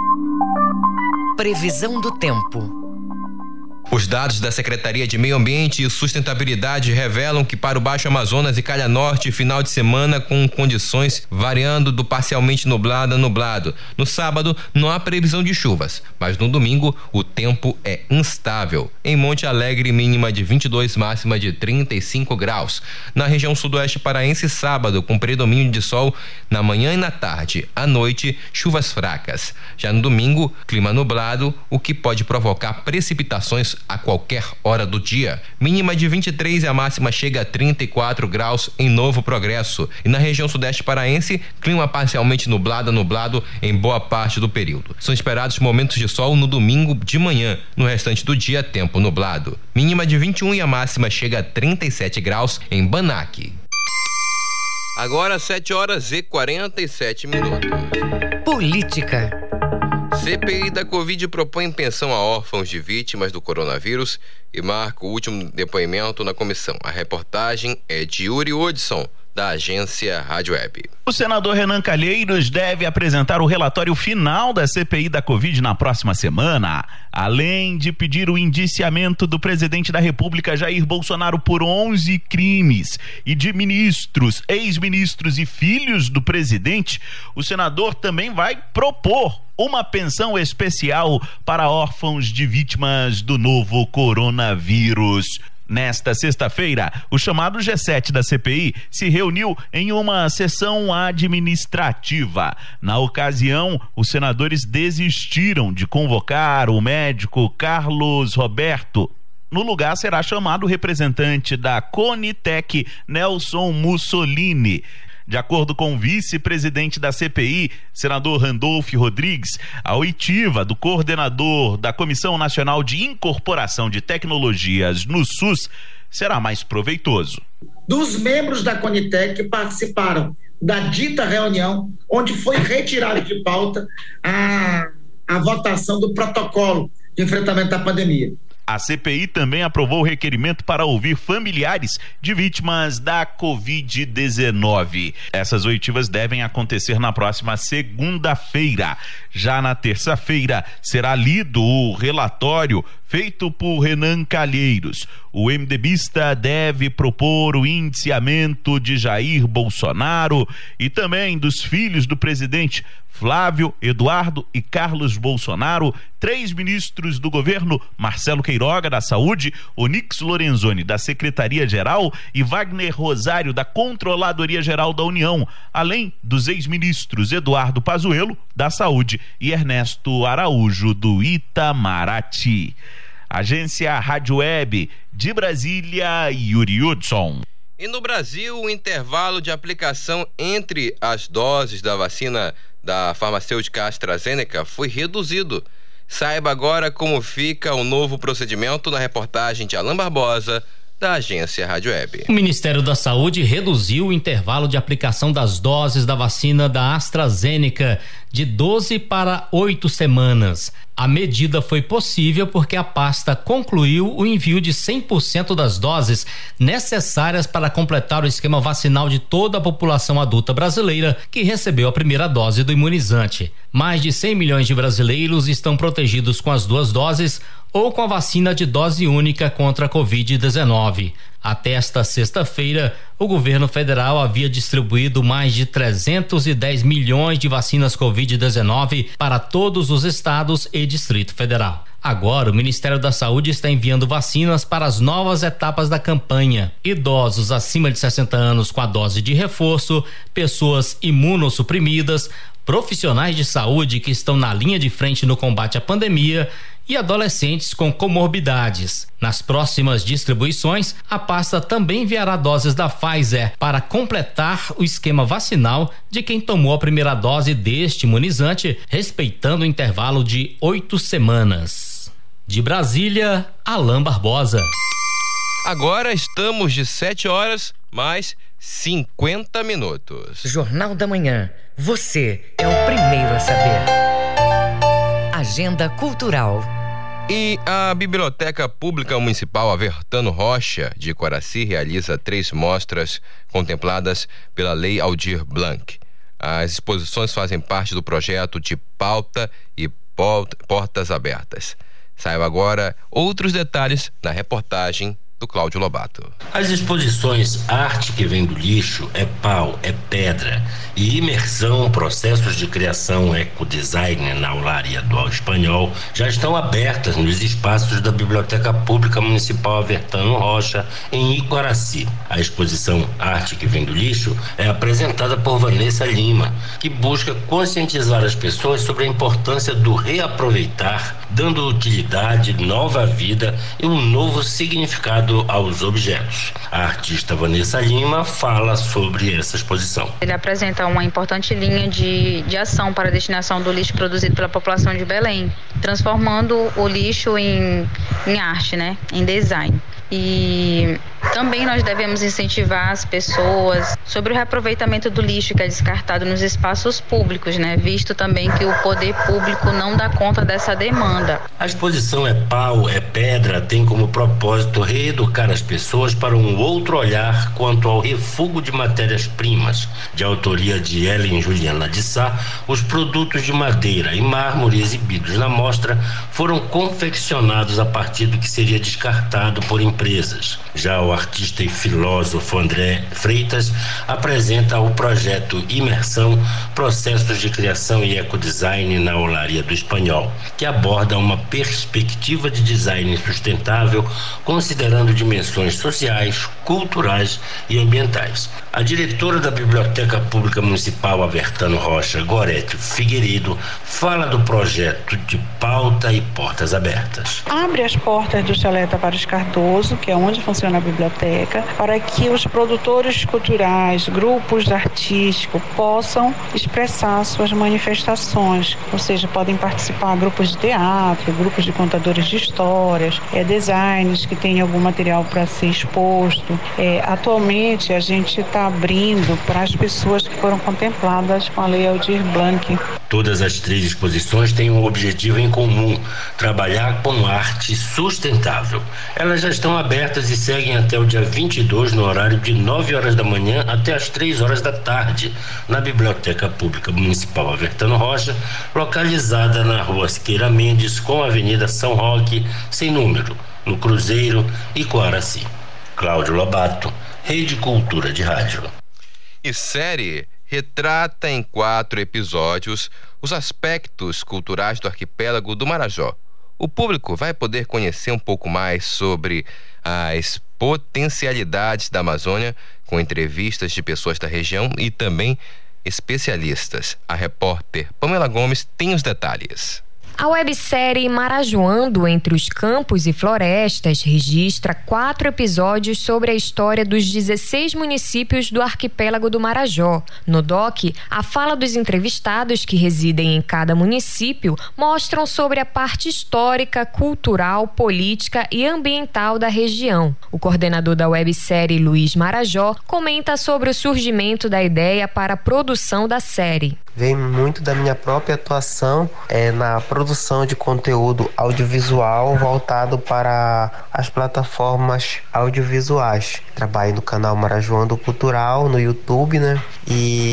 Previsão do tempo. Os dados da Secretaria de Meio Ambiente e Sustentabilidade revelam que para o Baixo Amazonas e Calha Norte, final de semana com condições variando do parcialmente nublado a nublado. No sábado, não há previsão de chuvas, mas no domingo o tempo é instável. Em Monte Alegre, mínima de vinte e dois, máxima de trinta e cinco graus. Na região sudoeste paraense, sábado, com predomínio de sol na manhã e na tarde. À noite, chuvas fracas. Já no domingo, clima nublado, o que pode provocar precipitações a qualquer hora do dia. Mínima de vinte e três e a máxima chega a trinta e quatro graus em Novo Progresso. E na região sudeste paraense, clima parcialmente nublado a nublado em boa parte do período. São esperados momentos de sol no domingo de manhã. No restante do dia, tempo nublado. Mínima de vinte e um e a máxima chega a trinta e sete graus em Banaque. Agora sete horas e quarenta e sete minutos. Política. C P I da Covid propõe pensão a órfãos de vítimas do coronavírus e marca o último depoimento na comissão. A reportagem é de Yuri Odson, da agência Rádio Web. O senador Renan Calheiros deve apresentar o relatório final da C P I da Covid na próxima semana, além de pedir o indiciamento do presidente da República Jair Bolsonaro por onze crimes e de ministros, ex-ministros e filhos do presidente. O senador também vai propor uma pensão especial para órfãos de vítimas do novo coronavírus. Nesta sexta-feira, o chamado G sete da C P I se reuniu em uma sessão administrativa. Na ocasião, os senadores desistiram de convocar o médico Carlos Roberto. No lugar será chamado o representante da Conitec, Nelson Mussolini. De acordo com o vice-presidente da C P I, senador Randolph Rodrigues, a oitiva do coordenador da Comissão Nacional de Incorporação de Tecnologias no SUS será mais proveitoso. Dos membros da Conitec que participaram da dita reunião, onde foi retirada de pauta a, a votação do protocolo de enfrentamento da pandemia. A C P I também aprovou o requerimento para ouvir familiares de vítimas da covid dezenove. Essas oitivas devem acontecer na próxima segunda-feira. Já na terça-feira será lido o relatório feito por Renan Calheiros. O MDBista deve propor o indiciamento de Jair Bolsonaro e também dos filhos do presidente Flávio, Eduardo e Carlos Bolsonaro, três ministros do governo, Marcelo Queiroga, da Saúde, Onyx Lorenzoni, da Secretaria-Geral e Wagner Rosário, da Controladoria-Geral da União, além dos ex-ministros Eduardo Pazuello, da Saúde, e Ernesto Araújo, do Itamaraty. Agência Rádio Web de Brasília, Yuri Hudson. E no Brasil, o intervalo de aplicação entre as doses da vacina da farmacêutica AstraZeneca foi reduzido. Saiba agora como fica o novo procedimento na reportagem de Alain Barbosa, da agência Rádio Web. O Ministério da Saúde reduziu o intervalo de aplicação das doses da vacina da AstraZeneca de doze para oito semanas. A medida foi possível porque a pasta concluiu o envio de cem por cento das doses necessárias para completar o esquema vacinal de toda a população adulta brasileira que recebeu a primeira dose do imunizante. Mais de cem milhões de brasileiros estão protegidos com as duas doses, ou com a vacina de dose única contra a covid dezenove. Até esta sexta-feira, o governo federal havia distribuído mais de trezentos e dez milhões de vacinas covid dezenove para todos os estados e Distrito Federal. Agora, o Ministério da Saúde está enviando vacinas para as novas etapas da campanha. Idosos acima de sessenta anos com a dose de reforço, pessoas imunossuprimidas, profissionais de saúde que estão na linha de frente no combate à pandemia e adolescentes com comorbidades. Nas próximas distribuições, a pasta também enviará doses da Pfizer para completar o esquema vacinal de quem tomou a primeira dose deste imunizante, respeitando o intervalo de oito semanas. De Brasília, Alain Barbosa. Agora estamos de sete horas mais cinquenta minutos. Jornal da Manhã. Você é o primeiro a saber. Agenda Cultural. E a Biblioteca Pública Municipal Avertano Rocha, de Coraci, realiza três mostras contempladas pela Lei Aldir Blanc. As exposições fazem parte do projeto de Pauta e Portas Abertas. Saiba agora outros detalhes na reportagem do Cláudio Lobato. As exposições Arte que Vem do Lixo, é Pau, é Pedra e Imersão, Processos de Criação Ecodesign na Olaria do Espanhol já estão abertas nos espaços da Biblioteca Pública Municipal Avertano Rocha, em Iquaraci. A exposição Arte que Vem do Lixo é apresentada por Vanessa Lima, que busca conscientizar as pessoas sobre a importância do reaproveitar, dando utilidade, nova vida e um novo significado aos objetos. A artista Vanessa Lima fala sobre essa exposição. Ele apresenta uma importante linha de, de ação para a destinação do lixo produzido pela população de Belém, transformando o lixo em, em arte, né? Em design. E também nós devemos incentivar as pessoas sobre o reaproveitamento do lixo que é descartado nos espaços públicos, né? Visto também que o poder público não dá conta dessa demanda. A exposição É Pau, é Pedra tem como propósito reeducar as pessoas para um outro olhar quanto ao refúgio de matérias-primas. De autoria de Ellen Juliana de Sá, os produtos de madeira e mármore exibidos na mostra foram confeccionados a partir do que seria descartado por empresas. Já o artista e filósofo André Freitas apresenta o projeto Imersão, Processos de Criação e Ecodesign na Olaria do Espanhol, que aborda uma perspectiva de design sustentável, considerando dimensões sociais, culturais e ambientais. A diretora da Biblioteca Pública Municipal Avertano Rocha, Gorete Figueiredo, fala do projeto de Pauta e Portas Abertas. Abre as portas do Chalé Tavares Cardoso, que é onde funciona a biblioteca, para que os produtores culturais, grupos artísticos possam expressar suas manifestações, ou seja, podem participar grupos de teatro, grupos de contadores de histórias, é, designers que têm algum material para ser exposto. É, atualmente a gente está abrindo para as pessoas que foram contempladas com a Lei Aldir Blanc. Todas as três exposições têm um objetivo em comum: trabalhar com arte sustentável. Elas já estão abertas e seguem até o dia vinte e dois, no horário de nove horas da manhã até as três horas da tarde, na Biblioteca Pública Municipal Avertano Rocha, localizada na Rua Siqueira Mendes com a Avenida São Roque, sem número, no Cruzeiro e Coaraci. Cláudio Lobato, Rede Cultura de Rádio. E série retrata em quatro episódios os aspectos culturais do arquipélago do Marajó. O público vai poder conhecer um pouco mais sobre as potencialidades da Amazônia, com entrevistas de pessoas da região e também especialistas. A repórter Pamela Gomes tem os detalhes. A websérie Marajoando entre os Campos e Florestas registra quatro episódios sobre a história dos dezesseis municípios do arquipélago do Marajó. No doc, a fala dos entrevistados que residem em cada município mostram sobre a parte histórica, cultural, política e ambiental da região. O coordenador da websérie, Luiz Marajó, comenta sobre o surgimento da ideia para a produção da série. Vem muito da minha própria atuação é, na produção de conteúdo audiovisual voltado para as plataformas audiovisuais. Trabalho no canal Marajoando Cultural, no YouTube, né? E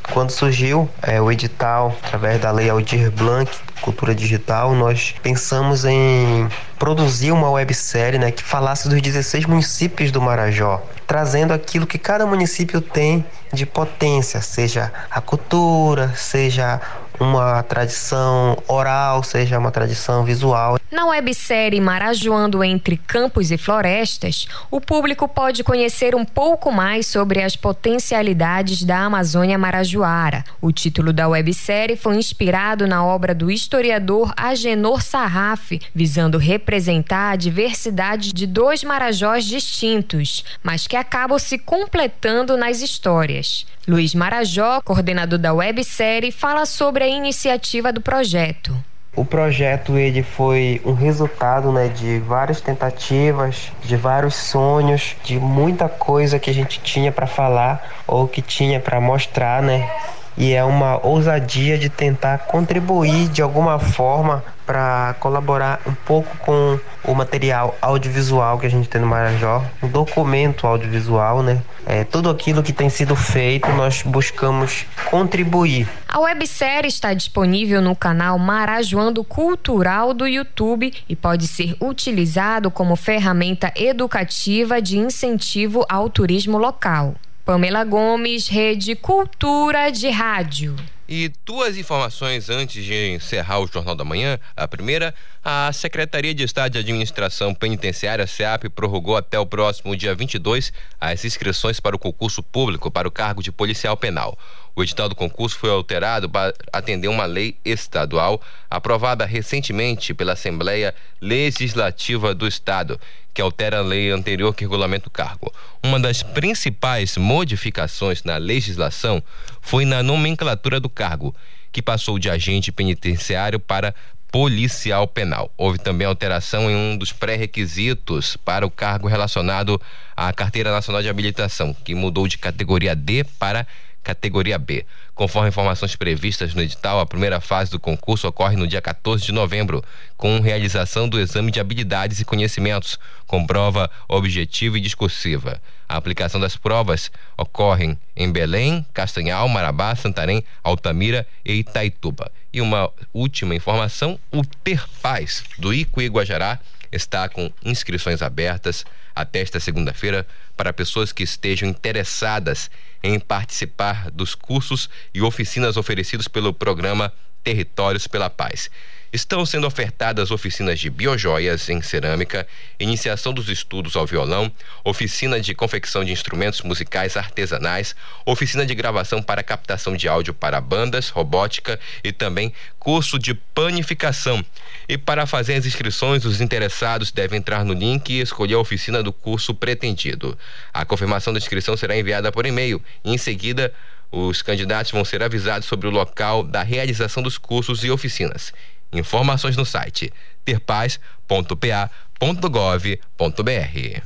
Quando surgiu é, o edital, através da Lei Aldir Blanc, Cultura Digital, nós pensamos em produzir uma websérie, né, que falasse dos dezesseis municípios do Marajó, trazendo aquilo que cada município tem de potência, seja a cultura, seja uma tradição oral, seja uma tradição visual. Na websérie Marajoando entre Campos e Florestas, o público pode conhecer um pouco mais sobre as potencialidades da Amazônia marajoara. O título da websérie foi inspirado na obra do historiador Agenor Sarraf, visando representar a diversidade de dois Marajós distintos, mas que acabam se completando nas histórias. Luiz Marajó, coordenador da websérie, fala sobre a iniciativa do projeto. O projeto ele foi um resultado, né, de várias tentativas, de vários sonhos, de muita coisa que a gente tinha para falar ou que tinha para mostrar, né? E é uma ousadia de tentar contribuir de alguma forma para colaborar um pouco com o material audiovisual que a gente tem no Marajó, um documento audiovisual, né? É, tudo aquilo que tem sido feito, nós buscamos contribuir. A websérie está disponível no canal Marajoando Cultural do YouTube e pode ser utilizado como ferramenta educativa de incentivo ao turismo local. Pamela Gomes, Rede Cultura de Rádio. E duas informações antes de encerrar o Jornal da Manhã. A primeira, a Secretaria de Estado de Administração Penitenciária, SEAP, prorrogou até o próximo dia vinte e dois as inscrições para o concurso público para o cargo de policial penal. O edital do concurso foi alterado para atender uma lei estadual aprovada recentemente pela Assembleia Legislativa do Estado, que altera a lei anterior que regulamenta o cargo. Uma das principais modificações na legislação foi na nomenclatura do cargo, que passou de agente penitenciário para policial penal. Houve também alteração em um dos pré-requisitos para o cargo relacionado à Carteira Nacional de Habilitação, que mudou de categoria D para categoria B. Conforme informações previstas no edital, a primeira fase do concurso ocorre no dia quatorze de novembro, com realização do exame de habilidades e conhecimentos, com prova objetiva e discursiva. A aplicação das provas ocorre em Belém, Castanhal, Marabá, Santarém, Altamira e Itaituba. E uma última informação, o Ter Paz do Icuí Guajará está com inscrições abertas até esta segunda-feira para pessoas que estejam interessadas em participar dos cursos e oficinas oferecidos pelo programa Territórios pela Paz. Estão sendo ofertadas oficinas de biojoias em cerâmica, iniciação dos estudos ao violão, oficina de confecção de instrumentos musicais artesanais, oficina de gravação para captação de áudio para bandas, robótica e também curso de panificação. E para fazer as inscrições, os interessados devem entrar no link e escolher a oficina do curso pretendido. A confirmação da inscrição será enviada por e-mail e, em seguida, os candidatos vão ser avisados sobre o local da realização dos cursos e oficinas. Informações no site terpaz ponto p a ponto gov ponto b r.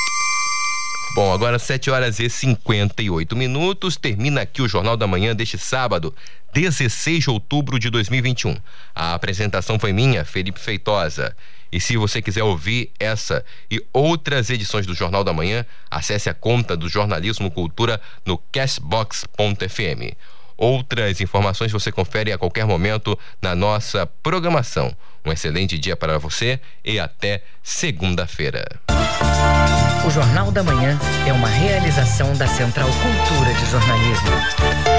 Bom, agora sete horas e cinquenta e oito minutos, termina aqui o Jornal da Manhã deste sábado, dezesseis de outubro de dois mil e vinte e um. A apresentação foi minha, Felipe Feitosa. E se você quiser ouvir essa e outras edições do Jornal da Manhã, acesse a conta do Jornalismo Cultura no castbox ponto f m. Outras informações você confere a qualquer momento na nossa programação. Um excelente dia para você e até segunda-feira. O Jornal da Manhã é uma realização da Central Cultura de Jornalismo.